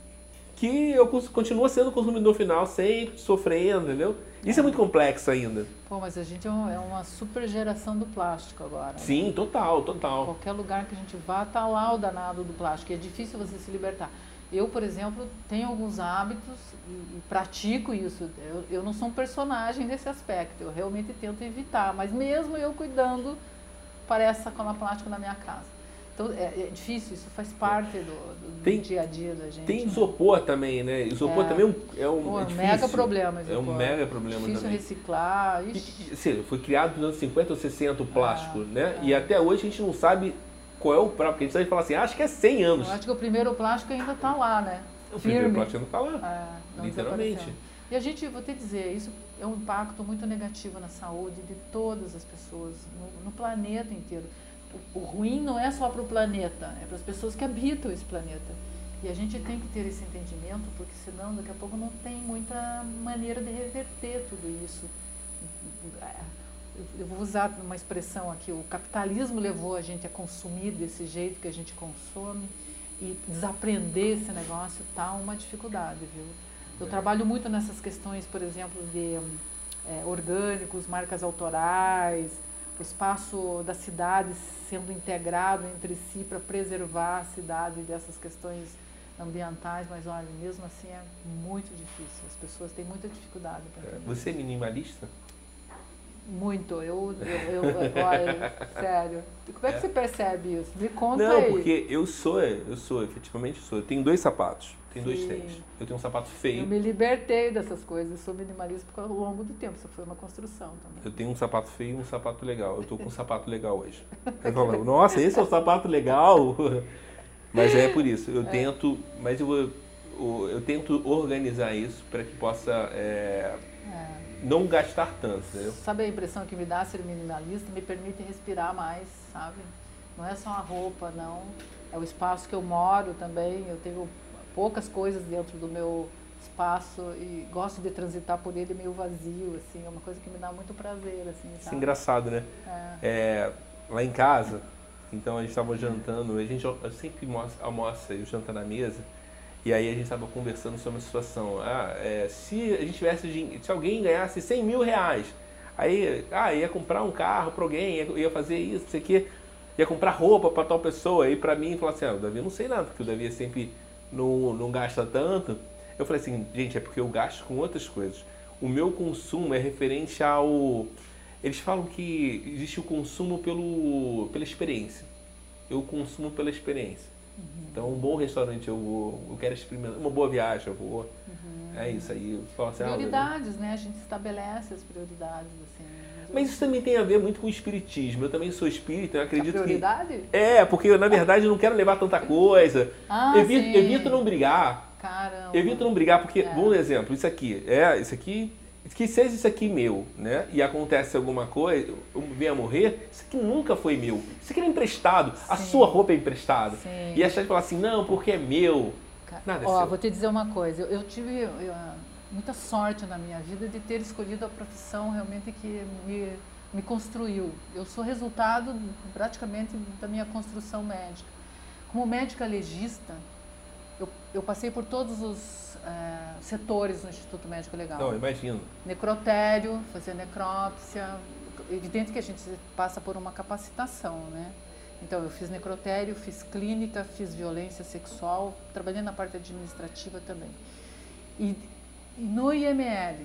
que eu continua sendo consumidor final, sempre sofrendo, entendeu? Isso é, é muito complexo ainda. Pô, mas a gente é, um, é uma super geração do plástico agora. Sim, né? total, total. Qualquer lugar que a gente vá, tá lá o danado do plástico. E é difícil você se libertar. Eu, por exemplo, tenho alguns hábitos e, e pratico isso. Eu, eu não sou um personagem nesse aspecto. Eu realmente tento evitar. Mas mesmo eu cuidando, parece sacola plástica na minha casa. Então, é, é difícil, isso faz parte do, do tem, dia a dia da gente. Tem né? isopor também, né? Isopor é. também é um, Pô, é um mega problema. É um mega problema difícil também. reciclar. E, assim, foi criado nos anos cinquenta ou sessenta o plástico, é, né? É. E até hoje a gente não sabe qual é o prazo, porque a gente sabe falar assim, ah, acho que é cem anos. Eu acho que o primeiro plástico ainda está lá, né? O Firme. primeiro plástico ainda está lá, é, literalmente. E a gente, vou te dizer, isso é um impacto muito negativo na saúde de todas as pessoas, no, no planeta inteiro. O, o ruim não é só para o planeta, é para as pessoas que habitam esse planeta. E a gente tem que ter esse entendimento, porque senão daqui a pouco não tem muita maneira de reverter tudo isso. Eu vou usar uma expressão aqui, o capitalismo levou a gente a consumir desse jeito que a gente consome, e desaprender esse negócio está uma dificuldade, viu? Eu é. trabalho muito nessas questões, por exemplo, de é, orgânicos, marcas autorais, o espaço da cidade sendo integrado entre si para preservar a cidade dessas questões ambientais, mas olha, mesmo assim é muito difícil, as pessoas têm muita dificuldade. É. Você é minimalista? Muito, eu, eu, eu olha, sério. Como é que é. você percebe isso? Me conta Não, aí. Não, porque eu sou, eu sou, efetivamente sou. Eu tenho dois sapatos, tenho Sim. dois tênis. Eu tenho um sapato feio. Eu me libertei dessas coisas, sou minimalista ao longo do tempo, isso foi uma construção também. Eu tenho um sapato feio e um sapato legal. Eu tô com um sapato legal hoje. Eu falo, nossa, esse é o sapato legal? Mas é por isso, eu é. tento, mas eu, eu, eu tento organizar isso para que possa... É, é. não gastar tanto, entendeu? Sabe a impressão que me dá ser minimalista? Me permite respirar mais, sabe? Não é só a roupa, não. É o espaço que eu moro também. Eu tenho poucas coisas dentro do meu espaço e gosto de transitar por ele meio vazio, assim. É uma coisa que me dá muito prazer, assim, sabe? Isso é engraçado, né? É. É, lá em casa, então a gente estava jantando, a gente sempre almoça e janta na mesa. E aí a gente estava conversando sobre a situação. Ah, é, se a gente tivesse, se alguém ganhasse cem mil reais, aí ah, ia comprar um carro para alguém, ia, ia fazer isso, isso aqui, ia comprar roupa para tal pessoa. Aí para mim, falar assim, ah, o Davi eu não sei nada, porque o Davi sempre não, não gasta tanto. Eu falei assim, gente, é porque eu gasto com outras coisas. O meu consumo é referente ao... Eles falam que existe o consumo pelo, pela experiência. Eu consumo pela experiência. Uhum. Então, um bom restaurante eu vou, eu quero experimentar, uma boa viagem eu vou, uhum. é isso aí. Eu falo assim, prioridades, ah, né? A gente estabelece as prioridades, assim. Mas isso também tem a ver muito com o espiritismo. Eu também sou espírita, eu acredito a prioridade? que... É, porque eu, na verdade, eu não quero levar tanta coisa. Ah, evito, sim. evito não brigar. Caramba. Evito não brigar, porque, é. bom exemplo, isso aqui, é, isso aqui... Que seja isso aqui meu, né? E acontece alguma coisa, eu venho a morrer, isso aqui nunca foi meu. Isso aqui é emprestado, Sim. a sua roupa é emprestada. Sim. E a gente fala assim, não, porque é meu. Nada é Ó, seu. Vou te dizer uma coisa, eu, eu tive eu, muita sorte na minha vida de ter escolhido a profissão realmente que me, me construiu. Eu sou resultado praticamente da minha construção médica. Como médica legista, eu, eu passei por todos os É, setores no Instituto Médico Legal. Não, imagino. Necrotério, fazer necrópsia. Evidente que a gente passa por uma capacitação, né? Então, eu fiz necrotério, fiz clínica, fiz violência sexual, trabalhei na parte administrativa também. E, e no I M L,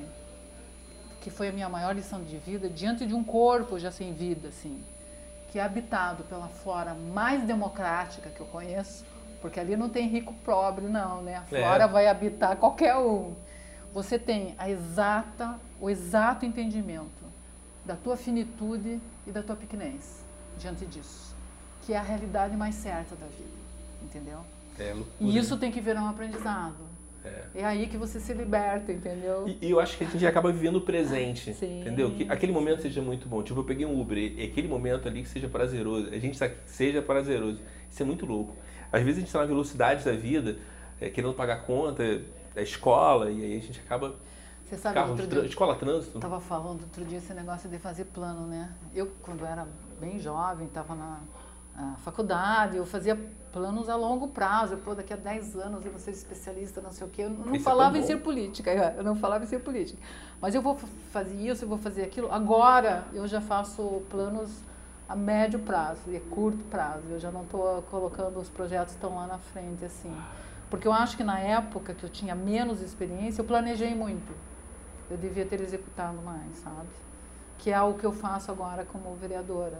que foi a minha maior lição de vida, diante de um corpo já sem vida, assim, que é habitado pela flora mais democrática que eu conheço, porque ali não tem rico pobre, não, né? A flora é. vai habitar qualquer um. Você tem a exata, o exato entendimento da tua finitude e da tua pequenez diante disso, que é a realidade mais certa da vida, entendeu? É, e isso tem que virar um aprendizado. É. é aí que você se liberta, entendeu? E, e eu acho que a gente acaba vivendo o presente, sim, entendeu? Que aquele momento seja muito bom. Tipo, eu peguei um Uber, e aquele momento ali que seja prazeroso, a gente tá, seja prazeroso. Isso é muito louco. Às vezes a gente está na velocidade da vida, é, querendo pagar conta da escola, e aí a gente acaba... Você sabe, carro, outro dia, dia, escola, trânsito. Estava falando outro dia esse negócio de fazer plano, né? Eu, quando era bem jovem, estava na, na faculdade, eu fazia planos a longo prazo. Pô, daqui a dez anos eu vou ser especialista, não sei o quê. Eu não isso falava é em ser política, eu não falava em ser política. Mas eu vou fazer isso, eu vou fazer aquilo. Agora eu já faço planos a médio prazo e a curto prazo. Eu já não estou colocando os projetos tão lá na frente, assim. Porque eu acho que na época que eu tinha menos experiência, eu planejei muito. Eu devia ter executado mais, sabe? Que é o que eu faço agora como vereadora.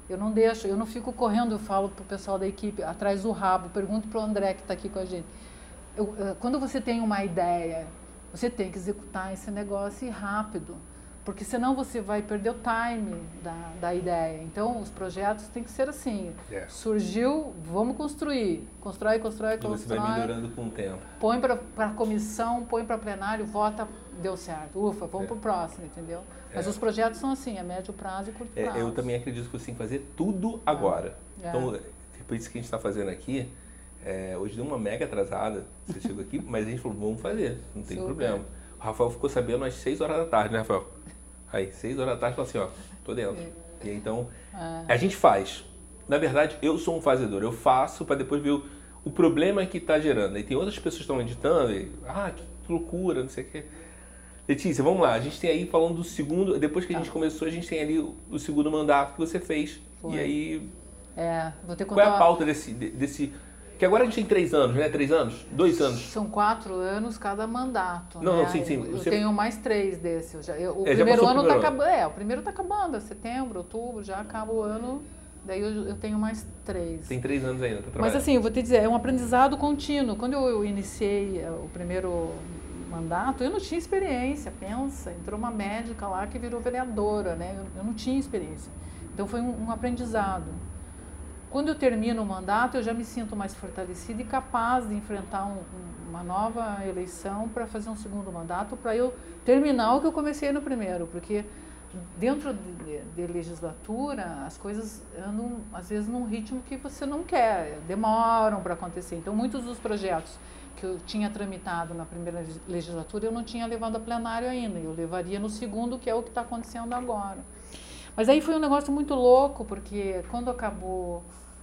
Eu não deixo, eu não fico correndo, eu falo para o pessoal da equipe, atrás do rabo, pergunto para o André que está aqui com a gente. Eu, quando você tem uma ideia, você tem que executar esse negócio rápido, porque senão você vai perder o time da, da ideia. Então, os projetos têm que ser assim, yeah. Surgiu, vamos construir, constrói, constrói, constrói. E você vai melhorando com o tempo. Põe para a comissão, põe para plenário, vota, deu certo, ufa, vamos é. para o próximo, entendeu? Mas é. Os projetos são assim, a médio prazo e curto prazo. É, eu também acredito que você tem que fazer tudo agora. É. Então, por isso que a gente está fazendo aqui, é, hoje deu uma mega atrasada, você chegou aqui, mas a gente falou, vamos fazer, não tem Super. problema. O Rafael ficou sabendo às seis horas da tarde, né, Rafael? Aí, seis horas da tarde, falou assim, ó, tô dentro. É. E então, é. a gente faz. Na verdade, eu sou um fazedor, eu faço para depois ver o, o problema que está gerando. Aí tem outras pessoas que estão editando, e, ah, que loucura, não sei o quê. Letícia, vamos lá, a gente tem aí falando do segundo, depois que a gente começou, a gente tem ali o, o segundo mandato que você fez. Foi. E aí, é, vou ter que qual é a pauta desse, desse... Que agora a gente tem três anos, né? Três anos? Dois anos? São quatro anos cada mandato. Não, né? não, sim, sim. Eu, você... eu tenho mais três desses. Eu já, eu, o é, primeiro ano está acabando. É, o primeiro está acabando, é setembro, outubro, já acaba o ano. Daí eu, eu tenho mais três. Tem três anos ainda para trabalhar. Mas assim, eu vou te dizer, é um aprendizado contínuo. Quando eu, eu iniciei o primeiro mandato, eu não tinha experiência, pensa. Entrou uma médica lá que virou vereadora, né? Eu, eu não tinha experiência. Então foi um, um aprendizado. Quando eu termino o mandato, eu já me sinto mais fortalecida e capaz de enfrentar um, um, uma nova eleição para fazer um segundo mandato, para eu terminar o que eu comecei no primeiro, porque dentro de, de legislatura as coisas andam, às vezes, num ritmo que você não quer, demoram para acontecer. Então, muitos dos projetos que eu tinha tramitado na primeira legislatura, eu não tinha levado a plenário ainda, eu levaria no segundo, que é o que está acontecendo agora. Mas aí foi um negócio muito louco, porque quando acabou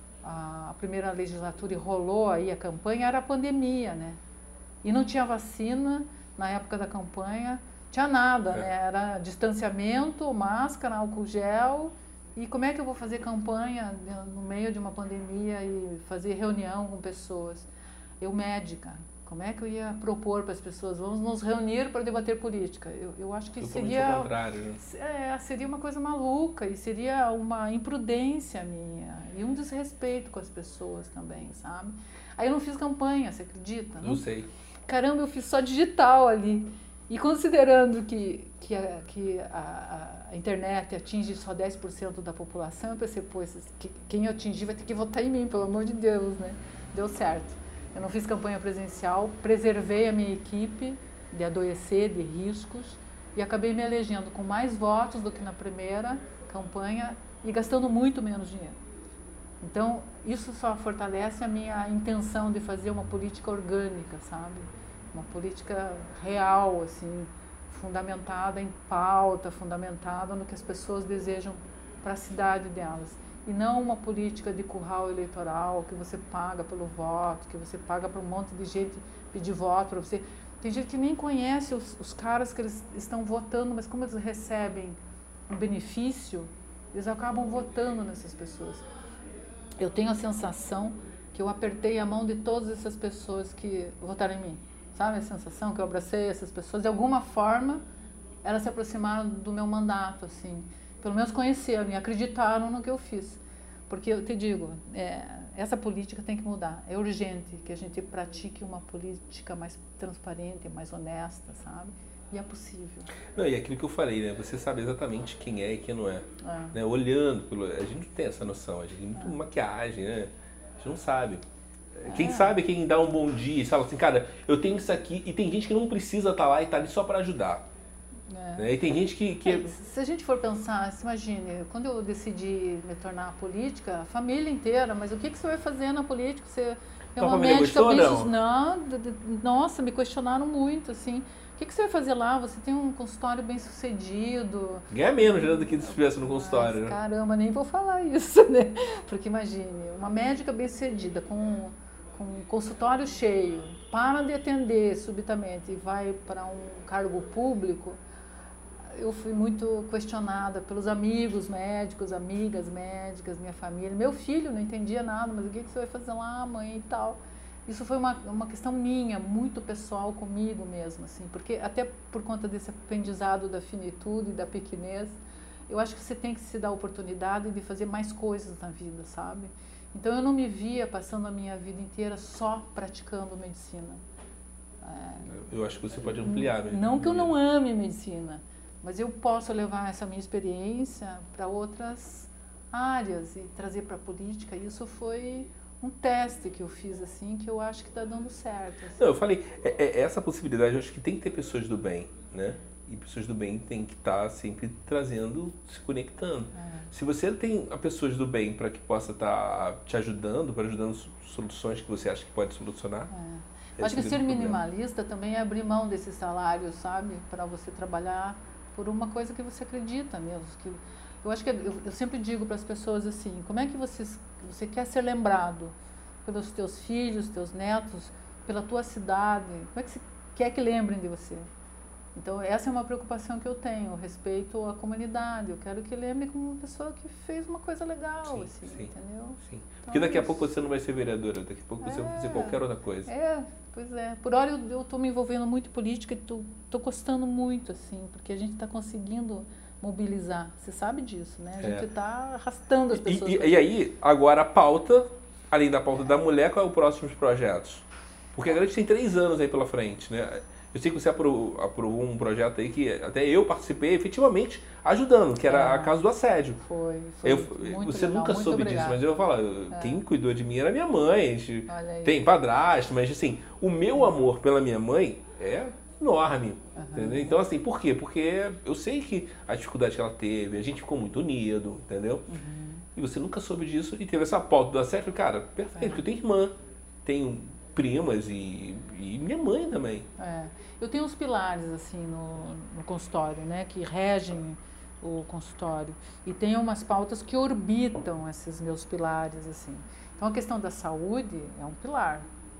a primeira legislatura e rolou aí a campanha, era a pandemia, né? E não tinha vacina na época da campanha, tinha nada, é. né? Era distanciamento, máscara, álcool gel. E como é que eu vou fazer campanha no meio de uma pandemia e fazer reunião com pessoas? Eu, médica, como é que eu ia propor para as pessoas, vamos nos reunir para debater política? Eu, eu acho que Totalmente seria, ao contrário, né? é, seria uma coisa maluca e seria uma imprudência minha e um desrespeito com as pessoas também, sabe? Aí eu não fiz campanha, você acredita? Não, não sei. Caramba, eu fiz só digital ali. E considerando que, que, a, que a, a internet atinge só dez por cento da população, eu pensei, pô, esses, que, quem eu atingir vai ter que votar em mim, pelo amor de Deus, né? Deu certo. Eu não fiz campanha presencial, preservei a minha equipe de adoecer, de riscos, e acabei me elegendo com mais votos do que na primeira campanha e gastando muito menos dinheiro. Então, isso só fortalece a minha intenção de fazer uma política orgânica, sabe? Uma política real, assim, fundamentada em pauta, fundamentada no que as pessoas desejam para a cidade delas. E não uma política de curral eleitoral, que você paga pelo voto, que você paga para um monte de gente pedir voto para você. Tem gente que nem conhece os, os caras que eles estão votando, mas como eles recebem um benefício, eles acabam votando nessas pessoas. Eu tenho a sensação que eu apertei a mão de todas essas pessoas que votaram em mim. Sabe a sensação que eu abracei essas pessoas? De alguma forma, elas se aproximaram do meu mandato, assim. Pelo menos conheceram e acreditaram no que eu fiz. Porque eu te digo, é, essa política tem que mudar. É urgente que a gente pratique uma política mais transparente, mais honesta, sabe? E é possível. Não, e aquilo que eu falei, né? Você sabe exatamente quem é e quem não é. é. Né? Olhando, pelo, a gente não tem essa noção, a gente tem muito é. maquiagem, né? A gente não sabe. Quem é. sabe quem dá um bom dia e fala assim, cara, eu tenho isso aqui, e tem gente que não precisa estar lá e está ali só para ajudar. É. E tem gente que... que... É, se a gente for pensar, se imagine, quando eu decidi me tornar política, a família inteira, mas o que, que você vai fazer na política? Você é uma médica bem... Não? Não, nossa, me questionaram muito, assim. O que, que você vai fazer lá? Você tem um consultório bem sucedido. Ganha menos, né, do que se estivesse no consultório. Mas, né? Caramba, nem vou falar isso, né? Porque imagine, uma médica bem sucedida, com... com um consultório cheio, para de atender subitamente e vai para um cargo público. Eu fui muito questionada pelos amigos médicos, amigas médicas, minha família. Meu filho não entendia nada, mas o que você vai fazer lá, mãe, e tal. Isso foi uma, uma questão minha, muito pessoal comigo mesmo, assim, porque até por conta desse aprendizado da finitude e da pequenez, eu acho que você tem que se dar a oportunidade de fazer mais coisas na vida, sabe? Então eu não me via passando a minha vida inteira só praticando medicina. É, eu acho que você pode ampliar. Mesmo. Não que eu não ame medicina, mas eu posso levar essa minha experiência para outras áreas e trazer para a política. Isso foi um teste que eu fiz, assim, que eu acho que está dando certo. Assim. Não, eu falei, é, é, essa possibilidade, eu acho que tem que ter pessoas do bem, né? E pessoas do bem tem que estar tá sempre trazendo, se conectando. É. Se você tem pessoas do bem para que possa estar tá te ajudando, para ajudando soluções que você acha que pode solucionar. É. Acho que ser minimalista também é abrir mão desses salários, sabe? Para você trabalhar por uma coisa que você acredita mesmo. Que, eu acho que eu, eu sempre digo para as pessoas assim, como é que você, você quer ser lembrado pelos teus filhos, teus netos, pela tua cidade? Como é que você quer que lembrem de você? Então, essa é uma preocupação que eu tenho, respeito à comunidade. Eu quero que lembre como uma pessoa que fez uma coisa legal, sim, assim, sim, entendeu? Sim. Então, porque daqui a pouco você não vai ser vereadora, daqui a pouco é, você vai fazer qualquer outra coisa. É, pois é. Por hora eu estou me envolvendo muito em política e estou gostando muito, assim, porque a gente está conseguindo mobilizar. Você sabe disso, né? A gente está é. arrastando as pessoas. E, e, e aí, agora a pauta, além da pauta é. da mulher, qual é o próximo projetos? Porque agora a gente tem três anos aí pela frente, né? Eu sei que você aprovou, aprovou um projeto aí que até eu participei efetivamente ajudando, que era é. a Casa do Assédio. Foi, foi eu, muito Você legal, nunca muito soube obrigada. disso, mas eu vou falar, é. quem cuidou de mim era minha mãe. A gente tem padrasto, mas assim, o meu amor pela minha mãe é enorme. Uhum. Entendeu? Então assim, por quê? Porque eu sei que a dificuldade que ela teve, a gente ficou muito unido, entendeu? Uhum. E você nunca soube disso e teve essa pauta do assédio, cara, perfeito, é. porque eu tenho irmã, tenho primas e, e minha mãe também. É. Eu tenho uns pilares assim no, no consultório, né, que regem o consultório e tem umas pautas que orbitam esses meus pilares assim. Então a questão da saúde é um pilar,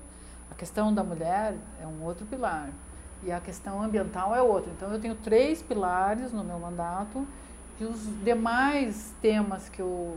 a questão da mulher é um outro pilar e a questão ambiental é outro. Então eu tenho três pilares no meu mandato e os demais temas que eu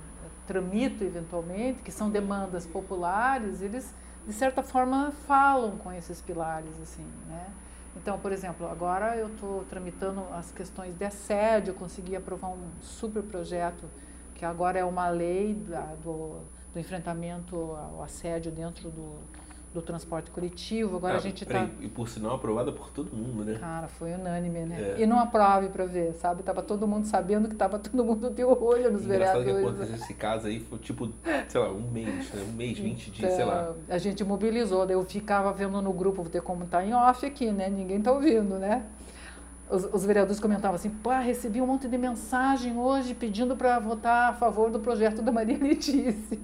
tramito eventualmente, que são demandas populares, eles de certa forma falam com esses pilares, assim, né? Então, por exemplo, agora eu estou tramitando as questões de assédio, eu consegui aprovar um super projeto, que agora é uma lei da, do, do enfrentamento ao assédio dentro do, do transporte coletivo. Agora ah, a gente está... E por sinal aprovada por todo mundo, né? Cara, foi unânime, né? É. E não aprove para ver, sabe? Tava todo mundo sabendo que tava todo mundo de olho nos Engraçado vereadores. Que aconteceu esse caso aí foi tipo, sei lá, um mês, né? um mês, vinte dias, sei lá. A gente mobilizou, daí eu ficava vendo no grupo, vou ter como tá em off aqui, né? Ninguém tá ouvindo, né? Os, os vereadores comentavam assim, pá, recebi um monte de mensagem hoje pedindo para votar a favor do projeto da Maria Letícia.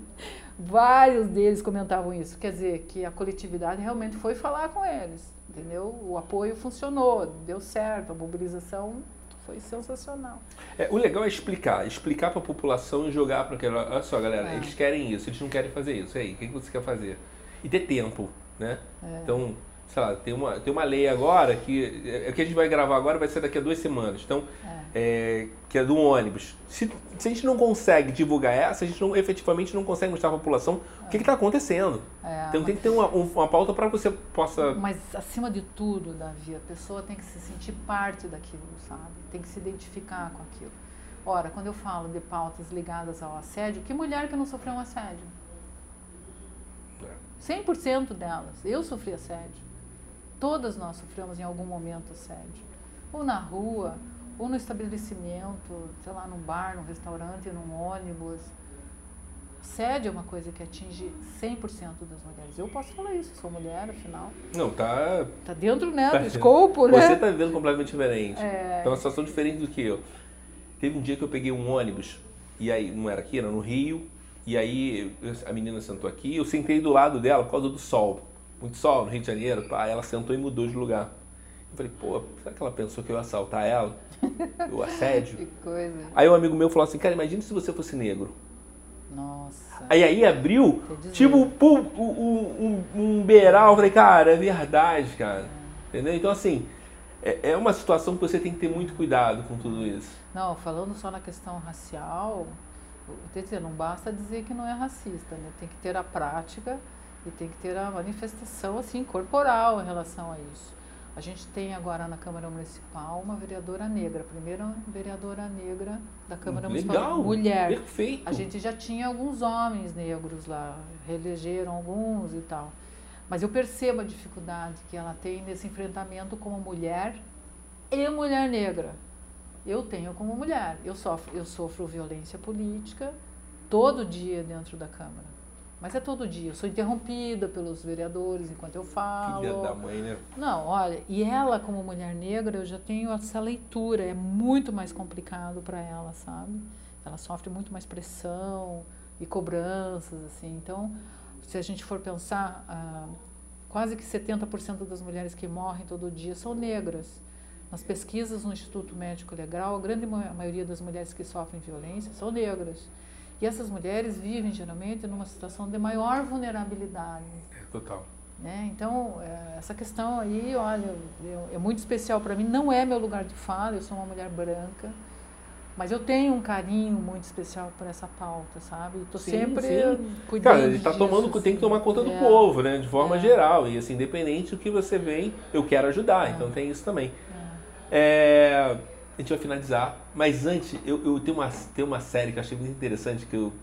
Vários deles comentavam isso, quer dizer, que a coletividade realmente foi falar com eles, entendeu? O apoio funcionou, deu certo, a mobilização foi sensacional. É, o legal é explicar, explicar para a população e jogar para aquela, olha só galera, é. eles querem isso, eles não querem fazer isso, e aí, o que você quer fazer? E ter tempo, né? É. Então, sei lá, tem uma, tem uma lei agora que, é, que a gente vai gravar agora, vai ser daqui a duas semanas, então, é. É, que é do ônibus. Se, se a gente não consegue divulgar essa, a gente não, efetivamente não consegue mostrar à população é. o que está acontecendo. É, então tem que ter uma, uma pauta para que você possa... Mas acima de tudo, Davi, a pessoa tem que se sentir parte daquilo, sabe? Tem que se identificar com aquilo. Ora, quando eu falo de pautas ligadas ao assédio, que mulher que não sofreu um assédio? cem por cento delas. Eu sofri assédio. Todas nós sofremos em algum momento assédio. Ou na rua, ou no estabelecimento, sei lá, num bar, num restaurante, num ônibus. Assédio é uma coisa que atinge cem por cento das mulheres. Eu posso falar isso, sou mulher, afinal. Não, tá... Tá dentro, né, tá, do escopo, né? Você tá vivendo completamente diferente. É... Tá uma situação diferente do que eu. Teve um dia que eu peguei um ônibus, e aí, não era aqui, era no Rio, e aí a menina sentou aqui, eu sentei do lado dela por causa do sol. Muito sol no Rio de Janeiro, pá, ela sentou e mudou de lugar. Eu falei, pô, será que ela pensou que eu ia assaltar ela? O assédio? Que coisa. Aí um amigo meu falou assim, cara, imagina se você fosse negro. Nossa. Aí aí abriu, tipo, pum, um, um, um beiral. Eu falei, cara, é verdade, cara. É. Entendeu? Então, assim, é, é uma situação que você tem que ter muito cuidado com tudo isso. Não, falando só na questão racial, quer dizer, não basta dizer que não é racista, né? Tem que ter a prática e tem que ter a manifestação, assim, corporal em relação a isso. A gente tem agora na Câmara Municipal uma vereadora negra, a primeira vereadora negra da Câmara Legal, Municipal, mulher. Perfeito. A gente já tinha alguns homens negros lá, reelegeram alguns e tal. Mas eu percebo a dificuldade que ela tem nesse enfrentamento como mulher e mulher negra. Eu tenho como mulher, eu sofro, eu sofro violência política todo dia dentro da Câmara. Mas é todo dia, eu sou interrompida pelos vereadores enquanto eu falo. Filha da mãe, né? Não, olha, e ela como mulher negra, eu já tenho essa leitura, é muito mais complicado para ela, sabe? Ela sofre muito mais pressão e cobranças, assim. Então, se a gente for pensar, ah, quase que setenta por cento das mulheres que morrem todo dia são negras. Nas pesquisas no Instituto Médico Legal, a grande maioria das mulheres que sofrem violência são negras. E essas mulheres vivem, geralmente, numa situação de maior vulnerabilidade. É, total. Né? Então, essa questão aí, olha, é muito especial para mim. Não é meu lugar de fala, eu sou uma mulher branca, mas eu tenho um carinho muito especial por essa pauta, sabe? Estou sempre sim. cuidando Cara, ele está tomando, assim. tem que tomar conta do é. povo, né? De forma é. geral. E assim, independente do que você vem, eu quero ajudar. É. Então tem isso também. É. É... A gente vai finalizar, mas antes, eu, eu tenho, uma, tenho uma série que eu achei muito interessante, que eu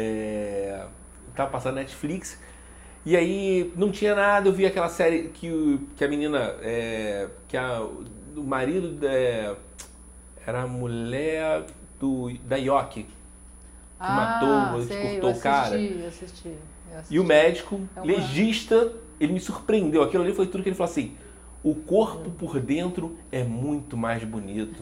é, tava passando na Netflix, e aí não tinha nada, eu vi aquela série que, o, que a menina, é, que a, o marido é, era a mulher do, da Yoki, que ah, matou, sei, cortou o cara. Eu assisti, eu assisti. E o médico, é uma... legista, ele me surpreendeu, aquilo ali foi tudo que ele falou assim, o corpo por dentro é muito mais bonito.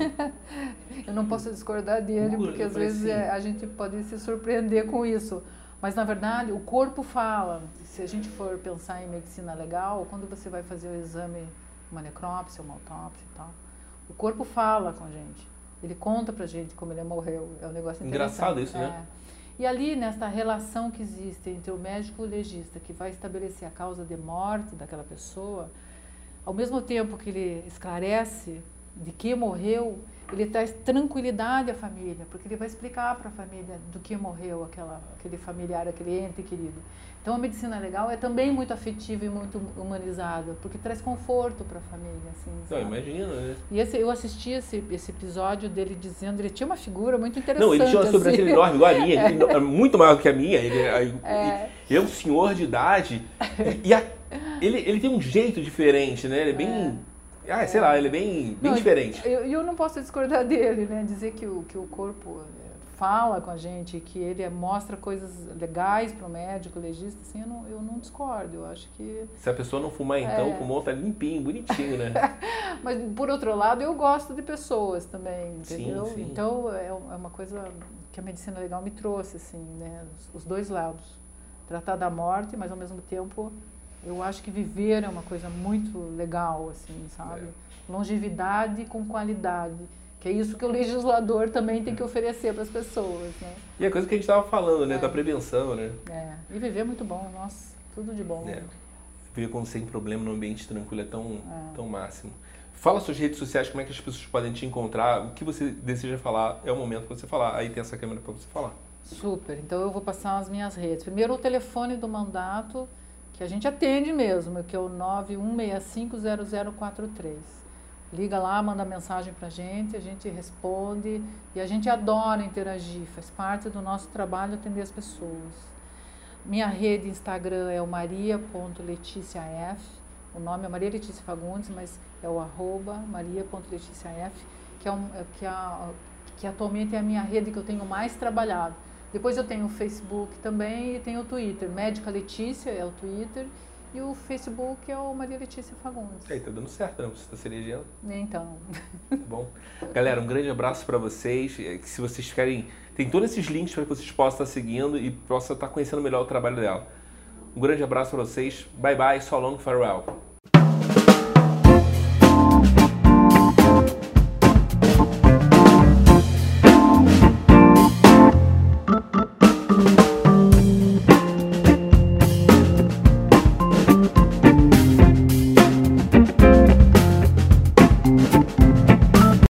Eu não posso discordar dele, porque às vezes é, a gente pode se surpreender com isso. Mas, na verdade, o corpo fala. Se a gente for pensar em medicina legal, quando você vai fazer o exame, uma necrópsia, uma autópsia e tal, o corpo fala com a gente. Ele conta pra gente como ele morreu. É um negócio interessante. Engraçado isso, é. né? E ali, nesta relação que existe entre o médico e o legista, que vai estabelecer a causa de morte daquela pessoa, ao mesmo tempo que ele esclarece de que morreu, ele traz tranquilidade à família, porque ele vai explicar para a família do que morreu aquela, aquele familiar, aquele ente querido. Então a medicina legal é também muito afetiva e muito humanizada, porque traz conforto para a família. Assim, Não, imagina, né? E esse, eu assisti esse, esse episódio dele dizendo, ele tinha uma figura muito interessante. Não, ele tinha uma sobrancelha assim. enorme, igual a minha, é. muito maior do que a minha. Ele é, é. ele é um senhor de idade e a Ele, ele tem um jeito diferente, né? Ele é bem... É. Ah, sei é. lá, ele é bem, bem não, diferente. E eu, eu não posso discordar dele, né? Dizer que o, que o corpo fala com a gente, que ele mostra coisas legais para o médico, legista, assim, eu não, eu não discordo. Eu acho que... Se a pessoa não fumar, então, é. o pulmão tá limpinho, bonitinho, né? Mas, por outro lado, eu gosto de pessoas também, entendeu? Sim, sim. Então, é uma coisa que a medicina legal me trouxe, assim, né? Os, os dois lados. Tratar da morte, mas, ao mesmo tempo... Eu acho que viver é uma coisa muito legal, assim, sabe? É. Longevidade com qualidade, que é isso que o legislador também tem que oferecer para as pessoas, né? E a coisa que a gente estava falando, né? É. Da prevenção, né? É, e viver é muito bom, nossa, tudo de bom. É. Viver com sem problema num ambiente tranquilo é tão, é. tão máximo. Fala suas redes sociais, como é que as pessoas podem te encontrar, o que você deseja falar, é o momento para você falar, aí tem essa câmera para você falar. Super, então eu vou passar as minhas redes. Primeiro o telefone do mandato, que a gente atende mesmo, que é o nove um seis cinco zero zero quatro três. Liga lá, manda mensagem pra gente, a gente responde e a gente adora interagir, faz parte do nosso trabalho atender as pessoas. Minha rede Instagram é o maria ponto leticiaf, o nome é Maria Letícia Fagundes, mas é o arroba maria ponto leticiaf, que, é um, que, é, que atualmente é a minha rede que eu tenho mais trabalhado. Depois eu tenho o Facebook também e tenho o Twitter. Médica Letícia é o Twitter e o Facebook é o Maria Letícia Fagundes. Aí, tá dando certo, né? Você está se elegendo. Então. Tá bom. Galera, um grande abraço para vocês. Se vocês querem, tem todos esses links para que vocês possam estar seguindo e possam estar conhecendo melhor o trabalho dela. Um grande abraço para vocês. Bye bye, so long, farewell.